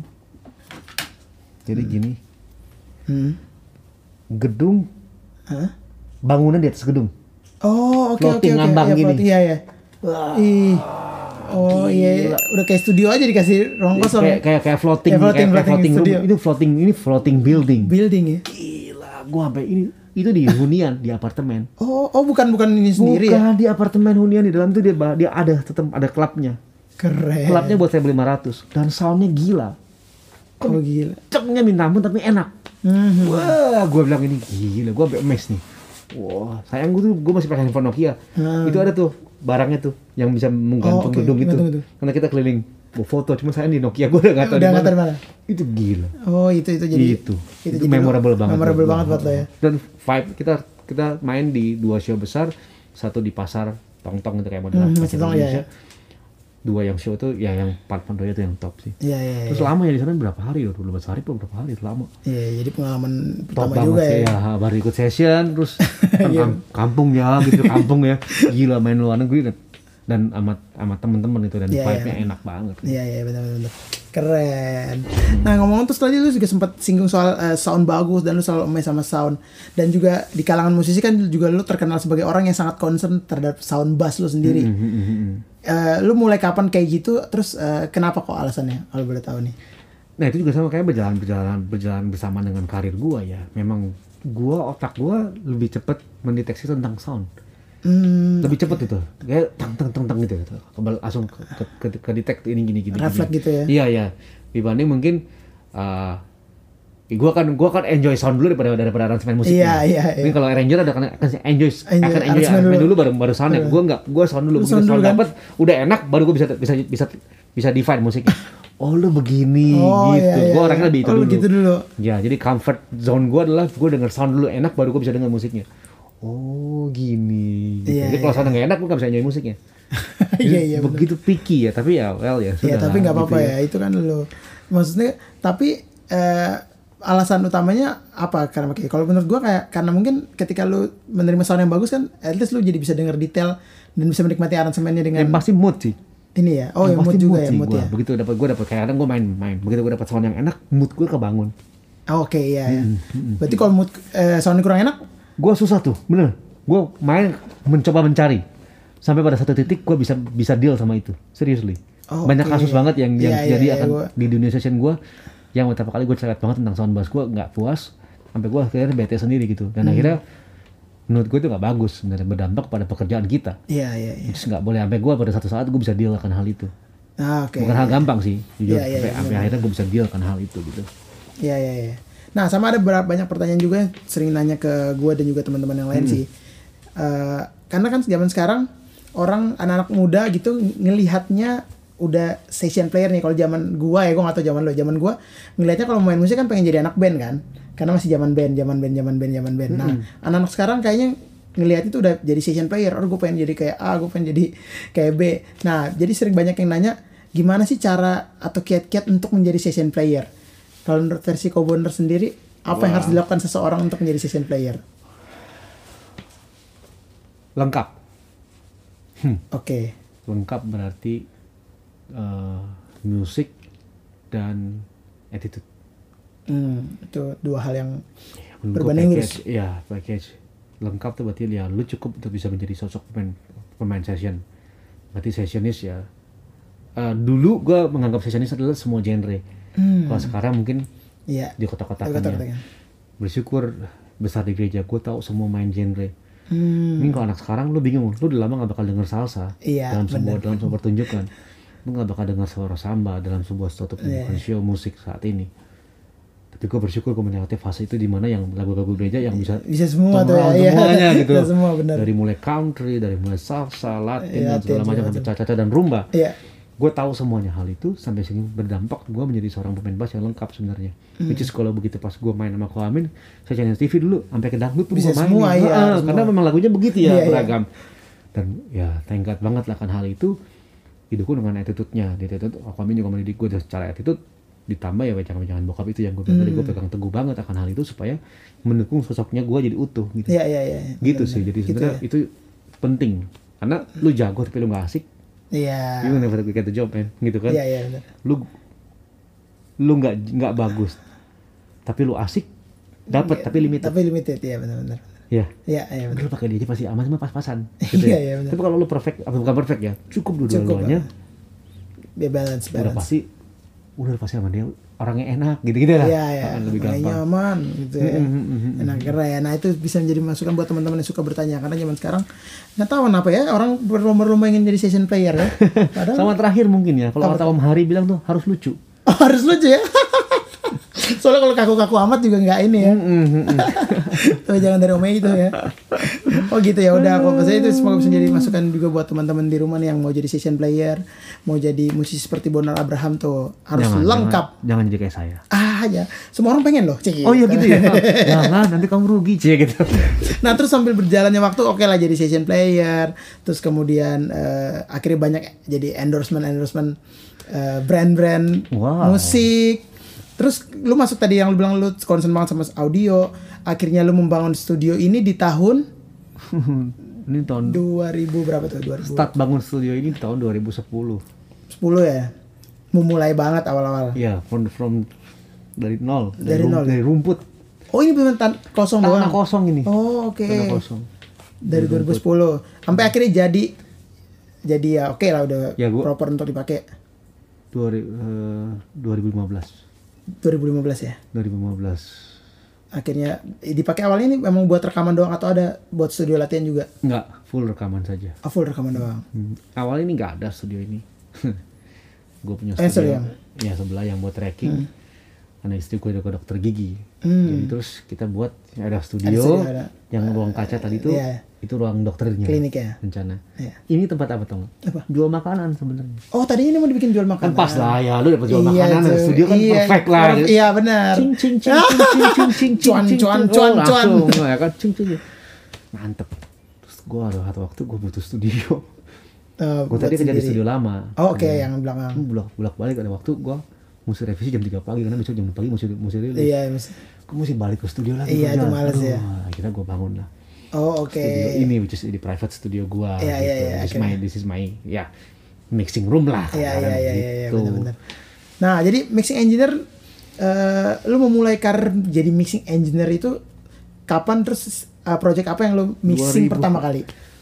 A: Jadi mm. gini.
B: Mm.
A: Gedung.
B: Huh?
A: Bangunan di atas gedung.
B: Oh oke okay, oke okay, oke.
A: Ngambang
B: Okay.
A: gini.
B: Iya ya. Ih. Oh iya, udah kayak studio aja dikasih ruang kosong.
A: Kayak kayak kayak floating,
B: kayak floating,
A: kayak,
B: floating,
A: kayak floating
B: room.
A: Itu floating, ini floating building.
B: Building ya.
A: Gila, gua sampai ini itu di hunian di apartemen.
B: Oh, oh bukan bukan ini sendiri
A: bukan,
B: ya.
A: Bukan di apartemen hunian, di dalam itu dia dia ada tetap ada klubnya.
B: Keren.
A: Klubnya buat saya beli lima ratus dan soundnya gila.
B: Oh gila.
A: Ceknya minta ampun tapi enak.
B: Mm-hmm.
A: Wah, gua bilang ini gila, gua sampai amazed nih. Wah, sayang gue tuh, gue masih pakai handphone Nokia. Hmm. Itu ada tuh barangnya tuh yang bisa menggantung oh, okay. gedung itu. Betul, betul. Karena kita keliling mau foto, cuma saya di Nokia gue udah nggak tahu di mana. Itu gila.
B: Oh itu itu jadi
A: itu itu, itu memorable banget.
B: Memorable banget buat lo ya.
A: Dan vibe kita kita main di dua show besar, satu di pasar Tong-Tong itu kayak model
B: hmm, Indonesia. Ya, ya.
A: Dua yang show itu ya yang Part Van Troye itu yang top sih.
B: Iya iya.
A: Terus ya. Lama ya di sana berapa hari loh? dua belas hari atau berapa hari itu lama.
B: Iya, jadi pengalaman
A: top
B: pertama juga
A: sih,
B: ya.
A: ya. Baru ikut session terus kam- kampung ya gitu, kampung ya. Gila main luar negeri dan amat amat teman-teman itu dan yeah, vibe-nya yeah. enak banget.
B: Iya iya benar benar. Keren. Nah, ngomong terus tadi lu juga sempat singgung soal uh, sound bagus dan lu selalu amazed sama sound, dan juga di kalangan musisi kan juga lu terkenal sebagai orang yang sangat concern terhadap sound bass lu sendiri. Mm-hmm. uh, lu mulai kapan kayak gitu? Terus uh, kenapa kok alasannya? Kalau boleh tahu nih.
A: Nah itu juga sama kayak berjalan berjalan berjalan bersama dengan karir gua ya. Memang gua otak gua lebih cepat mendeteksi tentang sound.
B: Hmm,
A: Lebih cepat itu. Kayak tang tang tang tang gitu. Kembali langsung ke ke, ke, ke detect ini gini gini.
B: refleks
A: gini.
B: gitu ya.
A: Iya iya. Dibanding mungkin uh, gua kan gua kan enjoy sound dulu daripada daripada aransemen musiknya.
B: Iya, iya, iya.
A: Mungkin kalau arranger ada kan akan enjoy,
B: Enjoy
A: akan enjoy
B: aransemen
A: aransemen
B: dulu.
A: dulu baru baru soundnya. Gua enggak, gua sound dulu.
B: Lu
A: Begitu
B: sound
A: sound
B: dulu kan?
A: dapat udah enak baru gua bisa bisa bisa bisa define musiknya. Oh lu begini
B: Oh,
A: gitu.
B: iya, iya,
A: Gua
B: iya.
A: orangnya lebih itu
B: Oh, lu
A: dulu.
B: gitu dulu.
A: Ya, jadi comfort zone gua adalah gua denger sound dulu enak baru gua bisa denger musiknya. Oh gini. Gitu.
B: Iya,
A: Jadi kalau
B: iya.
A: sound nggak enak gua nggak bisa enjoy musiknya.
B: Iya iya. bener.
A: Begitu picky ya, tapi ya well ya sudah.
B: Ya tapi nggak apa-apa
A: gitu
B: ya. Itu kan lu. Maksudnya tapi eh, alasan utamanya apa? Karena kayak kalau menurut gua kayak karena mungkin ketika lu menerima sound yang bagus kan, at least lu jadi bisa denger detail dan bisa menikmati aransemennya dengan
A: Yang pasti mood sih.
B: ini ya. Oh ya
A: Yang
B: mood
A: pasti
B: juga ya
A: sih
B: mood
A: gua.
B: ya.
A: Begitu dapat gua dapat kayak kadang gua main-main. Begitu gua dapat sound yang enak, mood gua kebangun.
B: Oh, Oke okay, iya ya. Berarti kalau mood eh, soundnya kurang enak,
A: Gua susah tuh, bener. Gua main mencoba mencari sampai pada satu titik gua bisa bisa deal sama itu. Seriously.
B: Oh,
A: Banyak
B: oke.
A: kasus banget yang yang
B: Iya, iya,
A: jadi
B: iya,
A: akan
B: gua-
A: di dunia session gua yang beberapa kali gua cerewet banget tentang sound bass gua nggak puas sampai gua akhirnya bete sendiri gitu. Dan akhirnya menurut gue itu nggak bagus sebenarnya, berdampak pada pekerjaan kita.
B: iya iya iya.
A: Terus nggak boleh sampai gue pada satu saat gue bisa deal akan hal itu.
B: Ah, Oke.
A: Bukan hal gampang sih, jujur.
B: Iya, iya,
A: sampai
B: iya,
A: sampai akhirnya gue bisa deal akan hal itu gitu.
B: Iya iya iya. Nah sama ada beberapa banyak pertanyaan juga yang sering nanya ke gue dan juga teman-teman yang lain
A: Hmm.
B: sih. Eh, karena kan zaman sekarang orang anak-anak muda gitu ngelihatnya udah session player nih. Kalau zaman gua ya, gua nggak tahu zaman lo. Zaman gua ngelihatnya kalau main musik kan pengen jadi anak band kan. Karena masih zaman band, zaman band, zaman band, zaman band. Nah, anak-anak sekarang kayaknya ngelihat itu udah jadi session player. Oh, gue pengen jadi kayak A, gue pengen jadi kayak B. Nah, jadi sering banyak yang nanya, gimana sih cara atau kiat-kiat untuk menjadi session player? Kalau menurut versi Koboner sendiri, apa yang
A: Wah.
B: harus dilakukan seseorang untuk menjadi session player?
A: Lengkap.
B: Oke.
A: Lengkap berarti eh, musik dan attitude.
B: Hmm, itu dua hal yang
A: Menurut gua
B: berbanding
A: package, ya package lengkap tuh berarti ya lu cukup untuk bisa menjadi sosok pemain pemain session. Berarti sessionis ya. Eh, dulu gua menganggap sessionis adalah semua genre.
B: Hmm.
A: Kalau sekarang mungkin
B: Iya.
A: di kota-kota
B: Kota-kota kan.
A: bersyukur besar di gereja gue tahu semua main genre.
B: Hmm.
A: Mungkin kalau anak sekarang lu bingung, lu udah lama gak bakal denger salsa
B: Iya,
A: dalam sebuah
B: bener.
A: dalam sebuah pertunjukan. Lu gak bakal denger suara samba dalam sebuah suatu
B: Iya.
A: pertunjukan show musik saat ini. Tapi gue bersyukur gue melewati fase itu di mana yang lagu-lagu gereja yang bisa
B: Bisa semua tuh ya.
A: tongol
B: Iya.
A: semuanya gitu.
B: Bisa semua benar.
A: Dari mulai country, dari mulai salsa, latin,
B: Iya,
A: dan segala
B: Latin,
A: macam
B: segala
A: sampai caca-caca dan rumba.
B: Iya.
A: Gue tahu semuanya hal itu sampai sini berdampak gue menjadi seorang pemain bass yang lengkap sebenarnya.
B: Hmm.
A: Which is kalau begitu pas gue main sama Ko Amin, saya channel T V dulu sampai ke dangdut pun
B: Bisa
A: gue main.
B: semua, iya,
A: Heeh,
B: semua.
A: karena memang lagunya begitu
B: Iya,
A: ya
B: iya.
A: beragam. Dan ya thank God banget lah kan hal itu didukung dengan attitude-nya. Di attitude Ko Amin juga mendidik gue secara attitude, ditambah ya wejangan-wejangan bokap itu yang gue bilang tadi, gue pegang teguh banget akan hal itu supaya mendukung sosoknya gue jadi utuh gitu.
B: Iya iya iya.
A: Gitu
B: Benar,
A: sih.
B: benar.
A: Jadi
B: Gitu
A: sebenarnya
B: ya.
A: itu penting. Karena lu jago tapi lu gak asik,
B: Iya.
A: you will never get the job, man. Gitu kan.
B: Iya iya benar.
A: Lu lu nggak nggak bagus tapi lu asik dapat tapi limited.
B: Tapi limited ya benar-benar.
A: Ya.
B: Iya iya benar.
A: Lu pakai dia aja pasti aman sama pas-pasan. Gitu
B: Iya,
A: ya.
B: iya, benar.
A: Tapi kalau lu perfect apa bukan perfect ya, cukup
B: Cukup,
A: dua-duanya.
B: Dia balance
A: Udah
B: balance.
A: pasti udah pasti sama dia orangnya enak gitu-gitu lah.
B: Iya iya.
A: Akan lebih
B: Orangnya
A: gampang.
B: nyaman gitu ya.
A: Mm, mm, mm, mm.
B: Enak keren. Nah itu bisa menjadi masukan buat teman-teman yang suka bertanya karena zaman sekarang nggak tahu kenapa ya orang berlomba-lomba ingin jadi session player ya. Padahal
A: Sama terakhir mungkin ya, kalau
B: Apa
A: kata Om Hari bilang tuh harus lucu.
B: oh, harus lucu ya. Soalnya kalau kaku-kaku amat juga nggak ini ya. Tapi jangan dari Ome itu ya. Oh gitu ya udah kok. Maksudnya itu semoga bisa jadi masukan juga buat teman-teman di rumah nih yang mau jadi session player, mau jadi musisi seperti Bonar Abraham tuh harus
A: Jangan,
B: lengkap.
A: Jangan, jangan jadi kayak saya.
B: Ah ya, semua orang pengen loh. Cik,
A: Oh iya gitu ya. Jangan nanti kamu rugi cie gitu.
B: Nah terus sambil berjalannya waktu oke lah jadi session player, terus kemudian eh, akhirnya banyak jadi endorsement endorsement eh, brand-brand
A: Wow.
B: musik. Terus lu masuk tadi yang lu bilang lu concern banget sama audio, akhirnya lu membangun studio ini di tahun
A: Ini tahun
B: dua ribu berapa tuh? dua ribu
A: start bangun studio ini tahun dua ribu sepuluh.
B: sepuluh ya. Memulai banget awal-awal.
A: Iya, from from dari nol,
B: Dari
A: rum-
B: nol, ya?
A: dari rumput,
B: Oh ini bener tan- kosong
A: tanah
B: doang.
A: kosong ini.
B: Oh oke.
A: Tanah kosong.
B: Dari dua ribu sepuluh sampai akhirnya jadi Jadi ya oke lah udah
A: Ya, gua-
B: proper untuk dipakai.
A: dua ribu, eh, dua ribu lima belas
B: dua ribu lima belas ya.
A: dua ribu lima belas
B: Akhirnya dipakai awalnya ini memang buat rekaman doang atau ada buat studio latihan juga?
A: Enggak, full rekaman saja.
B: Oh, full rekaman doang.
A: Hmm. Awalnya ini nggak ada studio ini. Gue punya
B: Eh,
A: studio,
B: studio.
A: ya sebelah yang buat tracking. Karena istri gue juga dokter gigi.
B: Hmm.
A: Jadi terus kita buat ada
B: Ada
A: studio,
B: studio, ada.
A: yang ruang kaca tadi itu,
B: Iya.
A: itu ruang dokternya.
B: Klinik ya?
A: Rencana.
B: Iya.
A: Ini tempat apa tau nggak?
B: Apa?
A: Jual makanan sebenarnya.
B: Oh, tadi ini mau dibikin jual
A: Kan
B: makanan.
A: pas lah ya, lu dapat jual
B: Iya,
A: makanan,
B: tuh.
A: studio kan
B: Iya,
A: perfect lah.
B: perf- Iya, benar.
A: Cing cing cing cing cing cing cing
B: Cuan,
A: cing,
B: cuan,
A: cing.
B: cuan,
A: Oh,
B: cuan.
A: langsung, ya kan cing cing. Mantep. Terus gue ada satu waktu gue butuh studio.
B: Eh,
A: Gue
B: buat
A: tadi kerja di
B: sendiri.
A: studio lama.
B: Oh, oke, yang belakang.
A: Bulak bulak balik ada waktu gue mesti revisi jam tiga pagi karena besok jam enam pagi mesti mesti rilis.
B: Iya, mas.
A: Gue mesti balik ke studio lagi.
B: Iya,
A: kerja.
B: itu males
A: Aduh,
B: ya.
A: Akhirnya gue bangun lah.
B: Oh, oke.
A: Studio ini which is di private studio gue.
B: Iya, iya, iya,
A: This is
B: akhirnya.
A: my this is my ya mixing room lah.
B: Iya,
A: kadang-kadang
B: iya, iya, iya,
A: gitu.
B: benar-benar. Nah, jadi mixing engineer, eh lu memulai karir jadi mixing engineer itu kapan, terus uh, project apa yang lu mixing
A: dua ribu.
B: pertama kali?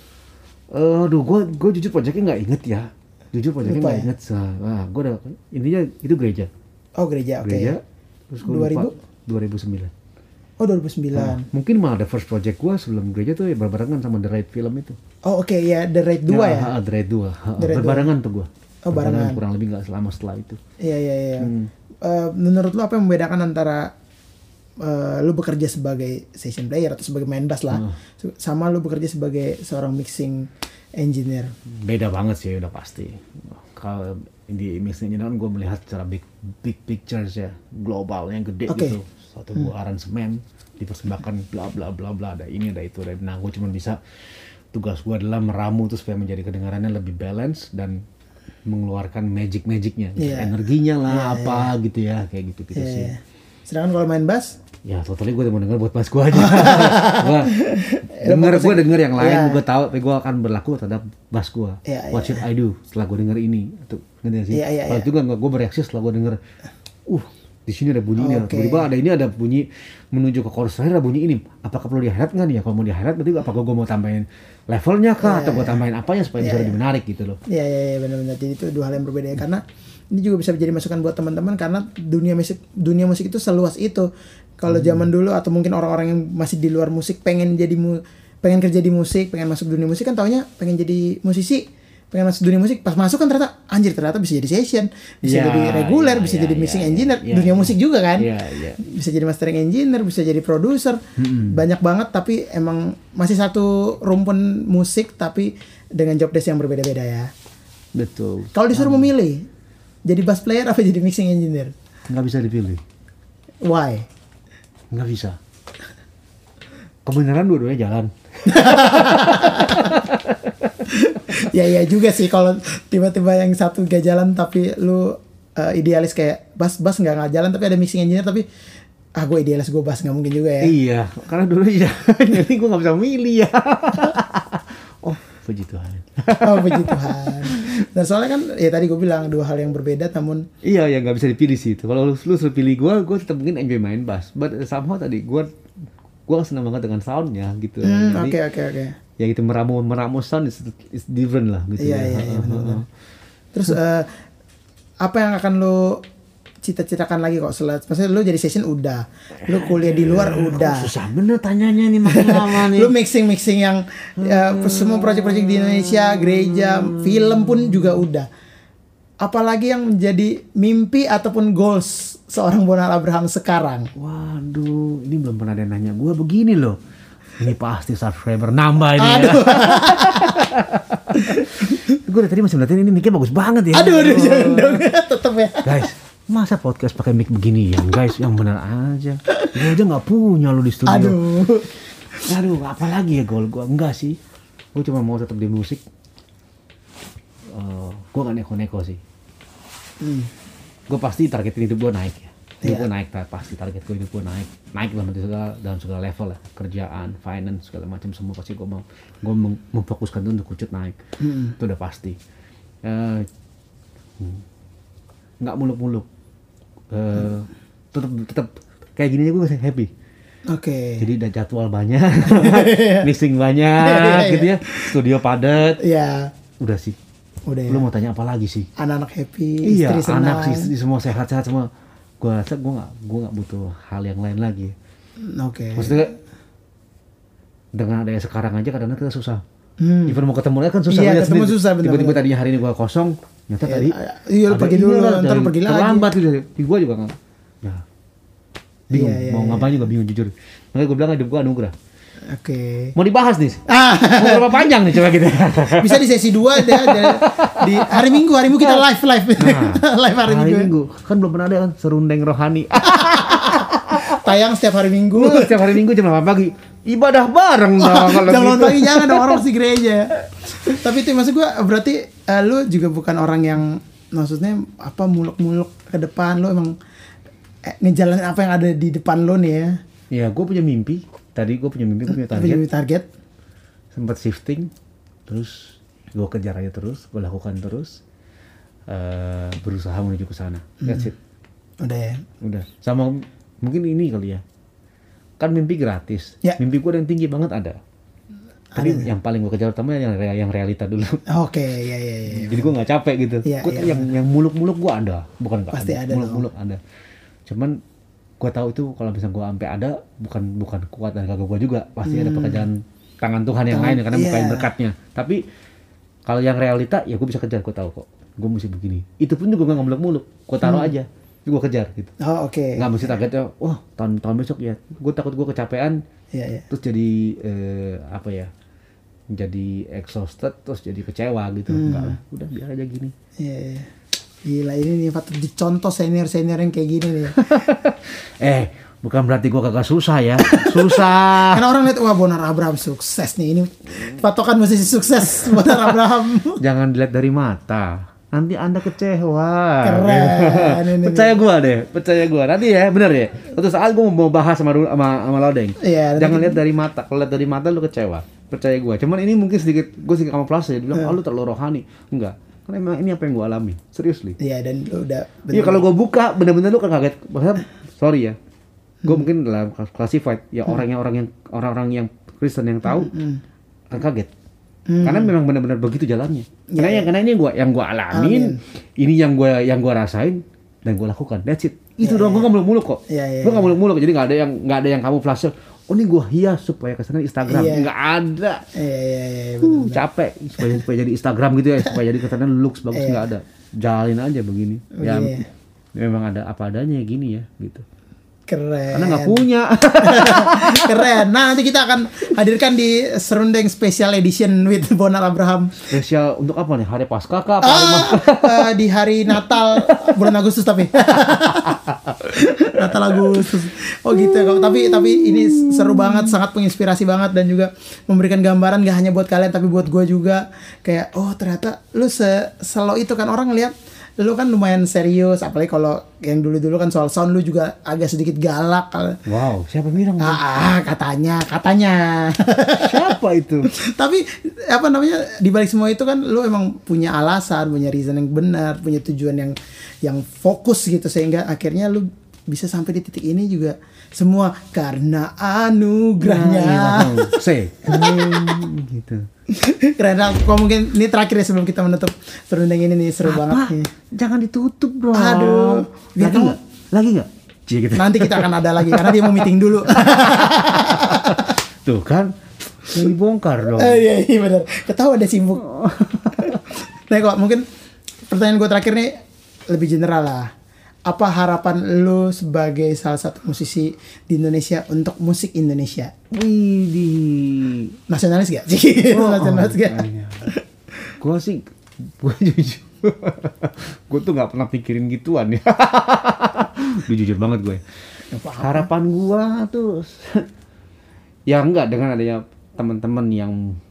A: Eh, Aduh, gue gue jujur projectnya nggak inget ya. Jujur projectnya
B: Lupa
A: nggak
B: ya?
A: inget. Wah, gue udah intinya itu gereja.
B: Oh, gereja, oke.
A: Gereja. Terus gue
B: dua ribu?
A: lupa. dua ribu sembilan.
B: Oh, dua ribu sembilan.
A: Nah, mungkin malah the first project gue sebelum gereja tuh ya berbarengan sama The Raid film itu.
B: Oh, oke, ya The Raid dua ya?
A: ha, The Raid dua. Ha,
B: The Raid
A: berbarengan tuh gue.
B: Oh, barengan.
A: Kurang lebih nggak selama setelah itu.
B: Iya, iya, iya.
A: Hmm.
B: Eh, menurut lu apa yang membedakan antara eh, lu bekerja sebagai session player atau sebagai main bass lah, sama lu bekerja sebagai seorang mixing engineer?
A: Beda banget sih udah pasti. Kalau di mixing ini kan gue melihat secara big big pictures ya, global yang gede
B: Oke.
A: gitu. Satu buah aransemen dipersembahkan bla bla bla bla, ada ini ada itu ada. Nah gue cuma bisa, tugas gue adalah meramu tuh supaya menjadi kedengarannya lebih balance dan mengeluarkan magic magicnya, gitu.
B: Iya.
A: Energinya lah apa gitu ya, kayak gitu gitu
B: Iya,
A: sih.
B: iya. Sedangkan kalau main bass,
A: Ya totally gue mau denger buat bass gue aja. Gue denger gue denger yang lain,
B: Iya.
A: gue tahu tapi gue akan berlaku terhadap bass gue.
B: Iya,
A: What
B: iya.
A: should I do setelah gue denger ini? Tuh, ngerti gak sih?
B: Iya, iya,
A: Kalau
B: iya.
A: juga nggak, gue bereaksi setelah gue denger, uh di sini ada bunyinya,
B: Oke.
A: tiba-tiba ada ini ada bunyi menuju ke chorus terakhir ada bunyi ini. Apakah perlu di highlight nggak nih ya? Kalau mau di highlight berarti apakah gue mau tambahin levelnya kah atau gue tambahin apanya supaya bisa
B: Iya,
A: lebih menarik gitu loh.
B: iya, iya, iya, benar-benar. Jadi itu dua hal yang berbeda ya. Karena ini juga bisa jadi masukan buat teman-teman, karena dunia musik dunia musik itu seluas itu. Kalau zaman dulu atau mungkin orang-orang yang masih di luar musik pengen jadi mu, pengen kerja di musik, pengen masuk dunia musik kan taunya pengen jadi musisi, pengen masuk dunia musik, pas masuk kan ternyata anjir ternyata bisa jadi session, bisa
A: Ya,
B: jadi reguler,
A: ya,
B: bisa
A: ya,
B: jadi
A: ya,
B: mixing
A: ya,
B: engineer,
A: ya,
B: dunia
A: ya.
B: musik juga kan.
A: Iya, iya.
B: Bisa jadi mastering engineer, bisa jadi produser. Banyak banget, tapi emang masih satu rumpun musik tapi dengan job desk yang berbeda-beda ya.
A: Betul.
B: Kalau disuruh memilih jadi bass player apa jadi mixing engineer?
A: Nggak bisa dipilih.
B: Why?
A: Nggak bisa. Kebenaran dua-duanya jalan.
B: Ya ya juga sih kalau tiba-tiba yang satu gak jalan tapi lu uh, idealis kayak bass bass nggak nggak jalan tapi ada mixing engineer tapi ah gue idealis gue bass nggak mungkin juga ya.
A: Iya, karena dulu ya, jadi gue nggak bisa milih ya. Oh, puji Tuhan.
B: Oh puji Tuhan. Dan soalnya kan ya tadi gue bilang dua hal yang berbeda namun
A: Iya, yang nggak bisa dipilih sih itu. Kalau lu, lu suruh pilih gue, gue tetap mungkin enjoy main bass. But somehow tadi gue gue senang banget dengan soundnya gitu.
B: hmm,
A: Jadi
B: oke oke oke.
A: ya gitu meramu meramu sound is, is different lah gitu.
B: Iya
A: ya.
B: iya iya benar-benar. Terus uh, apa yang akan lu cita-citakan lagi kok setelah maksudnya lu jadi session udah, lu kuliah di luar udah.
A: Susah bener tanyanya nih makin lama nih.
B: Lu mixing-mixing yang ya, semua proyek-proyek di Indonesia, gereja, film pun juga udah. Apalagi yang menjadi mimpi ataupun goals seorang Bonal Abraham sekarang?
A: Waduh, ini belum pernah ada yang nanya gue begini loh. Ini pasti subscriber nambah ini ya. Gue dari tadi masih ngeliatin ini mic-nya bagus banget ya.
B: Aduh, aduh, jangan dong, tetep ya.
A: Guys, masa podcast pakai mic beginian guys? Yang benar aja. Gue aja nggak punya lo di studio.
B: Aduh.
A: Aduh, apa lagi ya goal gue? Enggak sih. Gue cuma mau tetap di musik. Uh, gue gak neko-neko sih.
B: Hmm.
A: Gue pasti targetin hidup gue naik ya. Hidup
B: Iya.
A: gue naik, pasti target gue hidup gue naik. Naik dalam segala, dalam segala level lah. Kerjaan, finance, segala macam semua pasti gue mau. Gue mem- memfokuskan itu untuk kucut naik.
B: Hmm.
A: Itu udah pasti. Uh, nggak muluk-muluk. Uh, tetap tetap kayak gini aja gue masih happy.
B: Oke.
A: Jadi ada jadwal banyak, mixing banyak,
B: Iya, iya,
A: gitu ya, studio padat,
B: Ya.
A: udah sih.
B: Udah ya.
A: Lu mau tanya apa lagi sih?
B: Anak-anak happy,
A: Iya,
B: istri senang.
A: anak istri semua sehat-sehat semua. Gua rasa gua nggak gua nggak butuh hal yang lain lagi.
B: Oke.
A: Maksudnya dengan adanya sekarang aja kadang-kadang kita susah.
B: Hmm.
A: Even mau ketemu lagi kan susah.
B: Iya,
A: lihat
B: ketemu
A: sendiri.
B: susah, bener-bener.
A: Tiba-tiba tadinya hari ini gua kosong, ternyata
B: Iya,
A: tadi
B: iya, lu
A: ada
B: pergi dulu,
A: email
B: ntar
A: dari-
B: lu pergi lagi.
A: terlambat gitu. Di gua juga nggak. Ya. Bingung
B: Iya, iya,
A: mau
B: iya.
A: ngapain juga bingung jujur. Makanya gua bilang hidup gua anugerah.
B: Oke.
A: Mau dibahas nih.
B: Ah,
A: Mau berapa panjang nih coba kita.
B: bisa di sesi dua deh, deh. Di hari Minggu, hari Minggu kita live live.
A: Nah,
B: live hari,
A: hari
B: Minggu.
A: Minggu. Kan belum pernah ada kan serundeng rohani.
B: Tayang setiap hari Minggu.
A: Setiap hari Minggu jam delapan pagi. Ibadah bareng dong kalau
B: Jangan
A: gitu.
B: pagi jangan dong, orang masih gereja. Tapi itu maksud gua berarti eh, lu juga bukan orang yang maksudnya apa muluk-muluk ke depan, lu emang eh, ngejalanin apa yang ada di depan lu nih ya.
A: Ya, gue punya mimpi. Tadi gue punya mimpi, gue punya target.
B: Punya target.
A: Sempat shifting, terus gue kejar aja terus, gue lakukan terus, eh, berusaha menuju ke sana. That's it.
B: Udah ya.
A: Udah. Sama mungkin ini kali ya. Kan mimpi gratis.
B: Ya.
A: Mimpi gue yang tinggi banget ada. Tapi yang paling gue kejar utama yang rea- yang realita dulu.
B: Oke, ya ya ya.
A: Jadi gue nggak capek gitu.
B: Iya,
A: Gua
B: iya,
A: yang yang muluk-muluk gue ada, bukan nggak
B: Pasti ada
A: muluk-muluk ada. Cuman gue tahu itu kalau misalnya gue sampai ada, bukan bukan kuat dan kagak gue juga, pasti ada pekerjaan tangan Tuhan yang
B: Tangan-
A: lain karena
B: iya.
A: bukain berkatnya. Tapi kalau yang realita ya gue bisa kejar, gue tahu kok. Gue mesti begini. Itu pun juga nggak muluk-muluk, gue taruh aja, gue kejar gitu.
B: Oh, oke.
A: Nggak mesti targetnya, wah tahun tahun besok ya. Gue takut gue kecapean,
B: Iya, iya.
A: terus jadi eh, apa ya? Jadi exhausted, terus jadi kecewa gitu.
B: Hmm.
A: Enggak lah, udah biar aja gini.
B: Iya, iya. Gila ini nih patut dicontoh senior-senior yang kayak gini nih.
A: eh, bukan berarti gua kagak susah ya. Susah.
B: Karena orang lihat wah Bonar Abraham sukses nih. Ini patokan musisi sukses Bonar Abraham.
A: Jangan dilihat dari mata. Nanti Anda kecewa.
B: Keren ini.
A: Percaya gua deh, percaya gua. Nanti ya, bener ya. Suatu saat gua mau bahas sama Ru- sama, sama Lodeng.
B: Iya,
A: Jangan
B: nanti-
A: lihat dari mata. Kalau lihat dari mata lu kecewa. Percaya gua. Cuman ini mungkin sedikit gua sedikit kamuflase. Dia bilang, "Oh, lu terlalu rohani." Enggak. Karena emang ini apa yang gua alami. Seriously.
B: Iya dan lu udah
A: Iya, kalau gua buka bener-bener lu kan kaget. Maksudnya, sorry ya. Gua mungkin dalam classified ya orang yang orang yang orang-orang yang Kristen yang tahu kan kaget. Karena memang benar-benar begitu jalannya. Karena yang karena ini gua yang gua alamin, ini yang gua yang gua rasain dan gua lakukan. That's it. Itu doang, gua nggak muluk-muluk kok.
B: Iya, iya,
A: Gua nggak muluk-muluk. Jadi nggak ada yang nggak ada yang kamu flash. Oh ini gua hias supaya kesana Instagram.
B: Iya.
A: Nggak ada.
B: Iya iya iya iya,
A: Uh,
B: betul.
A: capek supaya supaya jadi Instagram gitu ya, supaya jadi kesana looks bagus, nggak ada. Jalin aja begini. Ya
B: Iya.
A: memang ada apa adanya gini ya gitu.
B: Keren.
A: Karena nggak punya.
B: Keren. Nah, nanti kita akan hadirkan di Serundeng Special Edition with Bonar Abraham.
A: Spesial untuk apa nih? Hari Paskah kah? Apa hari
B: Ah,
A: Mas-
B: eh, di hari Natal bulan Agustus tapi. Natal Agustus. Oh gitu ya. Kak. Tapi tapi ini seru banget, sangat menginspirasi banget dan juga memberikan gambaran gak hanya buat kalian tapi buat gue juga kayak oh ternyata lu se selo itu kan orang ngeliat lu kan lumayan serius apalagi kalau yang dulu-dulu kan soal sound lu juga agak sedikit galak kalau
A: Wow, siapa bilang?
B: ah, ah, katanya katanya
A: Siapa itu?
B: tapi apa namanya di balik semua itu kan lu emang punya alasan punya reason yang benar punya tujuan yang yang fokus gitu sehingga akhirnya lu bisa sampai di titik ini juga semua karena anugerahnya
A: C. gitu.
B: keren lah. Kok mungkin ini terakhir ya sebelum kita menutup serundeng ini nih seru banget nih.
A: Jangan ditutup dong.
B: Aduh, biar
A: lagi
B: kamu-
A: nggak? Lagi nggak? Cie gitu.
B: Nanti kita akan ada lagi karena dia mau meeting dulu.
A: Tuh kan, yang dibongkar dong.
B: Eh, iya iya benar. Ketawa ada sibuk. Nah kok mungkin pertanyaan gue terakhir nih lebih general lah. Apa harapan lu sebagai salah satu musisi di Indonesia untuk musik Indonesia?
A: Wih di.
B: Nasionalis gak?
A: Oh,
B: Nasionalis gak?
A: Gue sih, gue jujur. Gue tuh nggak pernah pikirin gituan ya. Gue jujur banget gue. Harapan gue tuh, ya enggak dengan adanya teman-teman yang,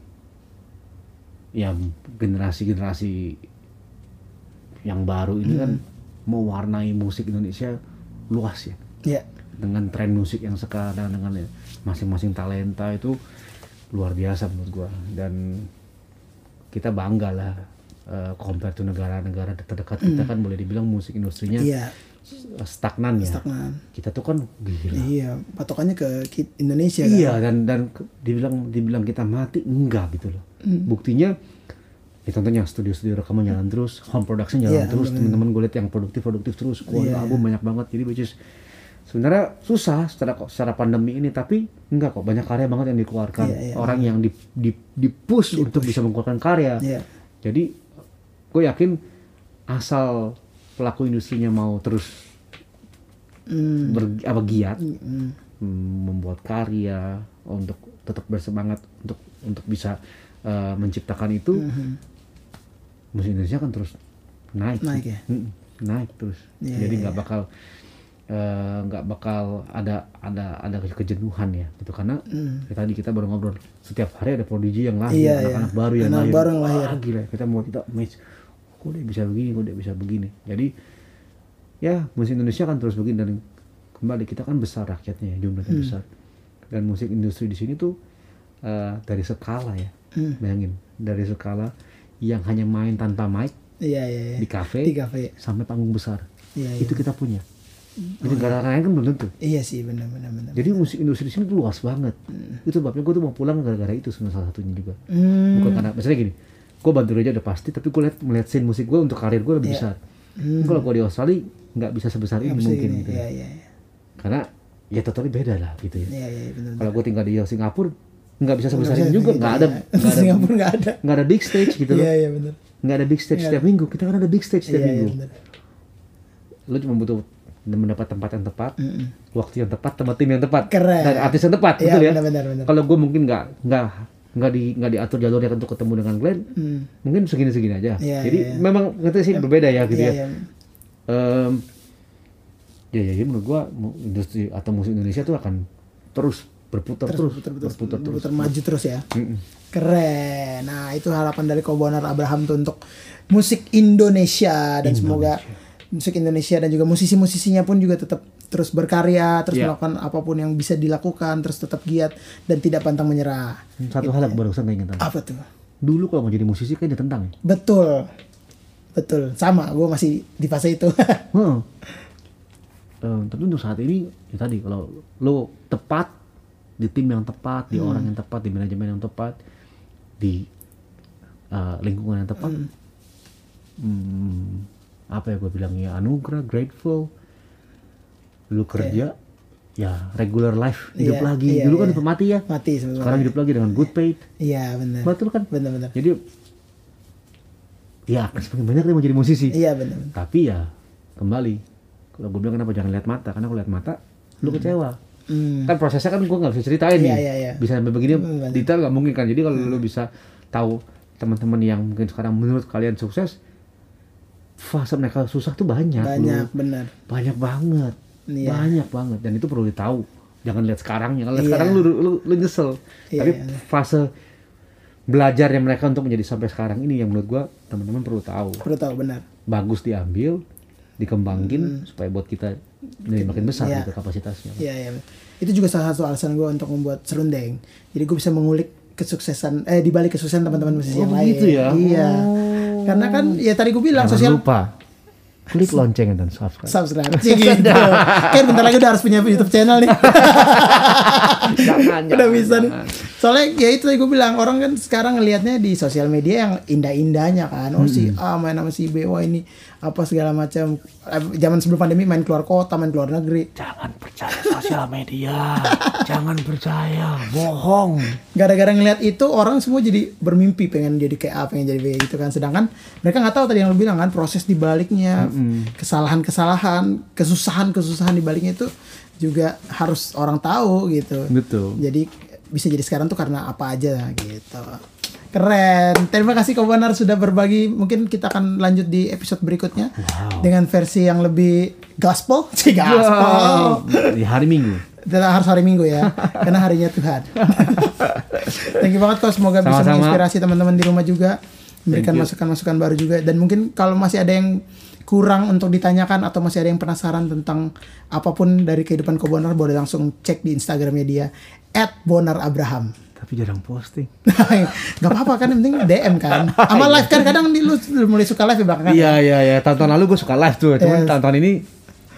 A: yang generasi-generasi yang baru ini kan mewarnai musik Indonesia luas ya.
B: Iya.
A: Dengan tren musik yang sekarang dengan masing-masing talenta itu luar biasa menurut gua dan kita bangga lah uh, compare to negara-negara terdekat kita kan boleh dibilang musik industrinya
B: Iya.
A: stagnan ya.
B: Stagnan.
A: Kita tuh kan gila.
B: Iya. Patokannya ke ki- Indonesia kan.
A: Iya dan dan ke- dibilang dibilang kita mati enggak gitu loh. Buktinya Ya contohnya studio-studio rekaman jalan terus, home production jalan
B: Iya,
A: terus,
B: bener.
A: teman-teman gue lihat yang produktif-produktif terus,
B: Iya.
A: keluar album banyak banget. Jadi which is sebenarnya susah secara secara pandemi ini, tapi enggak kok, banyak karya banget yang dikeluarkan.
B: Iya, iya.
A: Orang yang di di di-push untuk bisa mengeluarkan karya.
B: Iya.
A: Jadi gue yakin asal pelaku industrinya mau terus
B: Hmm.
A: ber, apa giat
B: Hmm.
A: mm, membuat karya untuk tetap bersemangat untuk untuk bisa uh, menciptakan itu,
B: Mhm.
A: musik Indonesia kan terus naik,
B: Naik ya?
A: Mm, naik terus.
B: Iya,
A: Jadi
B: iya,
A: nggak bakal eh, nggak bakal ada ada ada kejenuhan ya gitu, karena
B: Hmm.
A: ya tadi kita baru ngobrol setiap hari ada prodigy yang lahir,
B: Iya,
A: anak-anak
B: iya.
A: baru yang
B: Anak
A: lahir,
B: baru yang lahir.
A: Wah, gila, kita mau kita match, kok dia bisa begini, kok dia bisa begini. Jadi ya musik Indonesia kan terus begini, dan kembali kita kan besar rakyatnya ya, jumlahnya
B: Hmm.
A: besar, dan musik industri di sini tuh eh, dari skala ya,
B: Hmm.
A: bayangin dari skala yang hanya main tanpa mic
B: Iya, iya, iya.
A: di kafe
B: Di kafe.
A: sampai panggung besar,
B: Iya, iya.
A: itu kita punya. Di negara lain kan belum tentu.
B: Iya sih, benar benar benar.
A: Jadi musik industri di sini tuh luas banget. Itu sebabnya gue tuh mau pulang gara-gara itu sebenarnya salah satunya juga.
B: Hmm.
A: Bukan karena misalnya gini, gue bantu aja udah pasti, tapi gue lihat melihat scene musik gue untuk karir gue lebih
B: Iya.
A: besar.
B: Hmm.
A: Kalau gue di Australia nggak bisa sebesar ini
B: Nggak bisa
A: mungkin
B: gini.
A: gitu.
B: Iya, iya, iya.
A: Karena ya totally beda lah gitu ya.
B: Iya, iya, benar.
A: Kalau gue tinggal di Singapura nggak bisa sebesar
B: Nggak
A: ini
B: bisa
A: juga,
B: gitu,
A: nggak ada
B: iya.
A: nggak ada
B: Singapura nggak ada.
A: nggak ada big stage gitu loh.
B: Iya, iya, benar.
A: Nggak ada big stage
B: Iya.
A: setiap minggu. Kita kan ada big stage setiap
B: Iya, iya,
A: minggu.
B: benar.
A: Lu cuma butuh mendapat tempat yang tepat,
B: Mm-mm.
A: waktu yang tepat, sama tim yang tepat,
B: Keren.
A: dan artis yang tepat,
B: Iya,
A: betul ya.
B: benar, benar, benar.
A: Kalau gue mungkin nggak nggak nggak di nggak diatur jalurnya untuk ketemu dengan Glenn,
B: Hmm.
A: mungkin segini-segini aja.
B: Iya,
A: Jadi
B: iya, iya.
A: memang ngerti sih berbeda ya gitu
B: Iya,
A: ya.
B: iya.
A: Em, ya ya, ya menurut gue mu- industri atau musik Indonesia tuh akan terus berputar terus,
B: Berputar, berputar,
A: berputar terus.
B: berputar maju terus ya.
A: Mm-mm.
B: Keren. Nah, itu harapan dari Kobonar Abraham tuh untuk musik Indonesia, dan semoga musik Indonesia dan juga musisi-musisinya pun juga tetap terus berkarya, terus
A: Iya.
B: melakukan apapun yang bisa dilakukan, terus tetap giat dan tidak pantang menyerah.
A: Satu hal yang barusan keingetan.
B: Apa tuh?
A: Dulu kalau mau jadi musisi kan ditentang ya.
B: Betul. Betul. Sama, gue masih di fase itu.
A: Heeh. Eh, tapi untuk saat ini ya tadi, kalau lo tepat di tim yang tepat, di orang yang tepat, di manajemen yang tepat, di eh, lingkungan yang tepat, hmm, apa ya gue bilang ya, anugerah, grateful, lu kerja ya regular life, hidup
B: Iya,
A: lagi.
B: iya,
A: Dulu kan
B: iya.
A: udah mati ya,
B: Mati sebenarnya.
A: sekarang hidup lagi dengan good paid,
B: Iya, benar.
A: betul kan?
B: Benar-benar.
A: Jadi ya akan semakin banyak yang mau jadi musisi.
B: Iya, benar.
A: Tapi ya kembali, kalau gue bilang kenapa jangan lihat mata, karena kalau lihat mata lu kecewa.
B: Hmm.
A: Kan prosesnya kan gue nggak bisa ceritain
B: Iya,
A: nih,
B: iya, iya.
A: bisa sampai begini
B: Hmm,
A: detail nggak mungkin kan. Jadi kalau lu bisa tahu teman-teman yang mungkin sekarang menurut kalian sukses, fase mereka susah tuh banyak,
B: Banyak,
A: lu.
B: benar.
A: banyak banget,
B: Iya.
A: banyak banget, dan itu perlu ditahu. Jangan lihat sekarangnya, kalau lihat
B: Iya.
A: sekarang lu, lu lu nyesel.
B: Iya,
A: Tapi
B: iya.
A: fase belajarnya mereka untuk menjadi sampai sekarang ini yang menurut gua teman-teman perlu tahu.
B: Perlu tahu, benar.
A: Bagus diambil, dikembangin supaya buat kita jadi makin besar
B: Iya.
A: gitu kapasitasnya.
B: Iya, iya. Itu juga salah satu alasan gue untuk membuat Serundeng. Jadi gue bisa mengulik kesuksesan, eh di balik kesuksesan teman-teman musisi
A: Oh,
B: yang lain.
A: begitu ya?
B: Iya.
A: Oh.
B: Karena kan ya tadi gue bilang
A: Jangan
B: sosial
A: lupa klik lonceng dan subscribe.
B: subscribe. Cik, gitu. Kan bentar lagi udah harus punya YouTube channel nih.
A: Jangan,
B: Udah
A: jangan,
B: bisa nih.
A: jangan.
B: Soalnya ya itu tadi gue bilang, orang kan sekarang ngelihatnya di sosial media yang indah-indahnya kan. Oh si A main sama si B, wah ini apa segala macam. Eh, Zaman sebelum pandemi main keluar kota, main keluar negeri.
A: Jangan percaya sosial media. Jangan percaya, bohong.
B: Gara-gara ngeliat itu orang semua jadi bermimpi pengen jadi kayak A, pengen jadi B gitu kan. Sedangkan mereka nggak tahu tadi yang lu bilang kan, proses di baliknya, kesalahan-kesalahan, kesusahan-kesusahan di baliknya itu juga harus orang tahu gitu.
A: Betul.
B: Jadi bisa jadi sekarang tuh karena apa aja gitu. Keren. Terima kasih Kobonar sudah berbagi. Mungkin kita akan lanjut di episode berikutnya dengan versi yang lebih gospel. Cih, gospel.
A: Di hari Minggu.
B: Tidak harus hari Minggu ya, karena harinya Tuhan. Thank you banget kok, semoga bisa
A: Sama-sama.
B: menginspirasi teman-teman di rumah juga, memberikan
A: Thank you.
B: masukan-masukan baru juga. Dan mungkin kalau masih ada yang kurang untuk ditanyakan atau masih ada yang penasaran tentang apapun dari kehidupan Kobonar, boleh langsung cek di Instagramnya dia et bonar abraham.
A: Tapi jarang posting.
B: Gak apa-apa kan, yang penting D M kan. Sama live kan, kadang di, lu udah mulai suka live ya belakangan.
A: Iya iya iya. Tahun-tahun lalu gue suka live tuh. Cuman
B: Yes.
A: tahun-tahun ini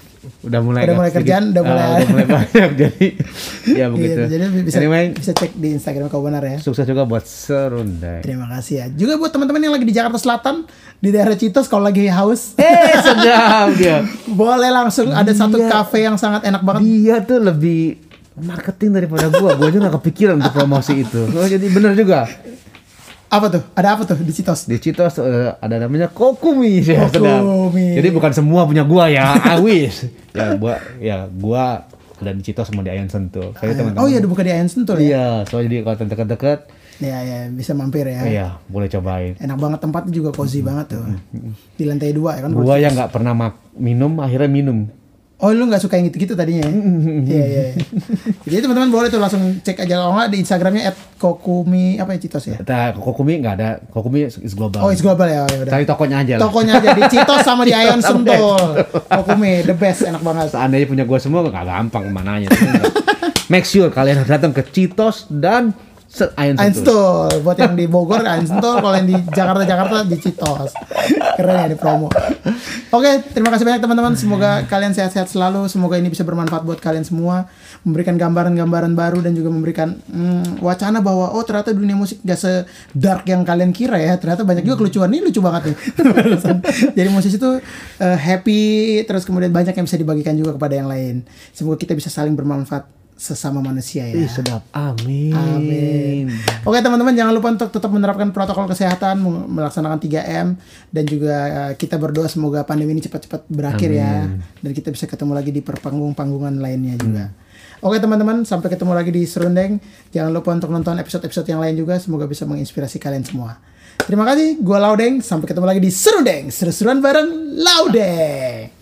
A: udah mulai
B: udah mulai
A: sedikit,
B: kerjaan, udah mulai
A: uh, udah mulai banyak jadi ya begitu.
B: Gitu, jadi bisa
A: Anyway,
B: bisa cek di Instagram Kau Benar ya.
A: sukses juga buat Serundeng.
B: Terima kasih ya. Juga buat teman-teman yang lagi di Jakarta Selatan di daerah Citos kalau lagi haus,
A: Eh sedap dia.
B: boleh langsung ada satu
A: Dia-
B: kafe yang sangat enak banget.
A: Dia tuh lebih marketing daripada gua. Gua aja gak kepikiran untuk promosi itu. Oh, jadi bener juga.
B: Apa tuh? Ada apa tuh di Citos?
A: Di Citos eh, ada namanya Kokumi ya, sedap.
B: Kokumi.
A: Jadi bukan semua punya gua ya, I wish. Ya gua ya gua ada di Citos sama di Ayan Sentul. Saya teman-teman.
B: Oh iya, udah buka di Ayan Sentul ya?
A: Iya, so jadi kalau dekat-dekat
B: Iya, ya, bisa mampir ya.
A: iya, boleh cobain.
B: Enak banget, tempatnya juga cozy banget tuh. Di lantai dua ya kan.
A: Gua yang nggak pernah mak- minum akhirnya minum.
B: Oh, lu nggak suka yang gitu-gitu tadinya ya? Iya, iya. iya. Jadi teman-teman boleh tuh langsung cek aja kalau nggak di Instagramnya at kokumi apa ya Citos ya?
A: Nah, Kokumi nggak ada. Kokumi is global.
B: Oh, it's global ya. Ya udah.
A: Cari tokonya aja lah.
B: Tokonya aja di Citos sama di Ayan Sentul. Kokumi the best, enak banget.
A: Seandainya punya gua semua nggak gampang mananya. Make sure kalian harus datang ke Citos dan Se- Ayan
B: Ayan
A: Sentul.
B: Sentul. Buat yang di Bogor Ayan Sentul, kalau yang di Jakarta Jakarta di Citos. Keren ya di promo. Oke, terima kasih banyak teman-teman. Semoga kalian sehat-sehat selalu. Semoga ini bisa bermanfaat buat kalian semua, memberikan gambaran-gambaran baru dan juga memberikan hmm, wacana bahwa oh ternyata dunia musik gak se-dark yang kalian kira ya. Ternyata banyak juga kelucuan. Ini lucu banget nih. Jadi musisi itu uh, happy, terus kemudian banyak yang bisa dibagikan juga kepada yang lain. Semoga kita bisa saling bermanfaat sesama manusia ya.
A: Ih, sedap. Amin.
B: Amin. Oke teman-teman, jangan lupa untuk tetap menerapkan protokol kesehatan, melaksanakan tiga M, dan juga uh, kita berdoa semoga pandemi ini cepat-cepat berakhir ya, dan kita bisa ketemu lagi di perpanggung-panggungan lainnya juga. Oke teman-teman, sampai ketemu lagi di Serundeng. Jangan lupa untuk nonton episode-episode yang lain juga, semoga bisa menginspirasi kalian semua. Terima kasih, gua Laudeng, sampai ketemu lagi di Serundeng, seru-seruan bareng Laudeng.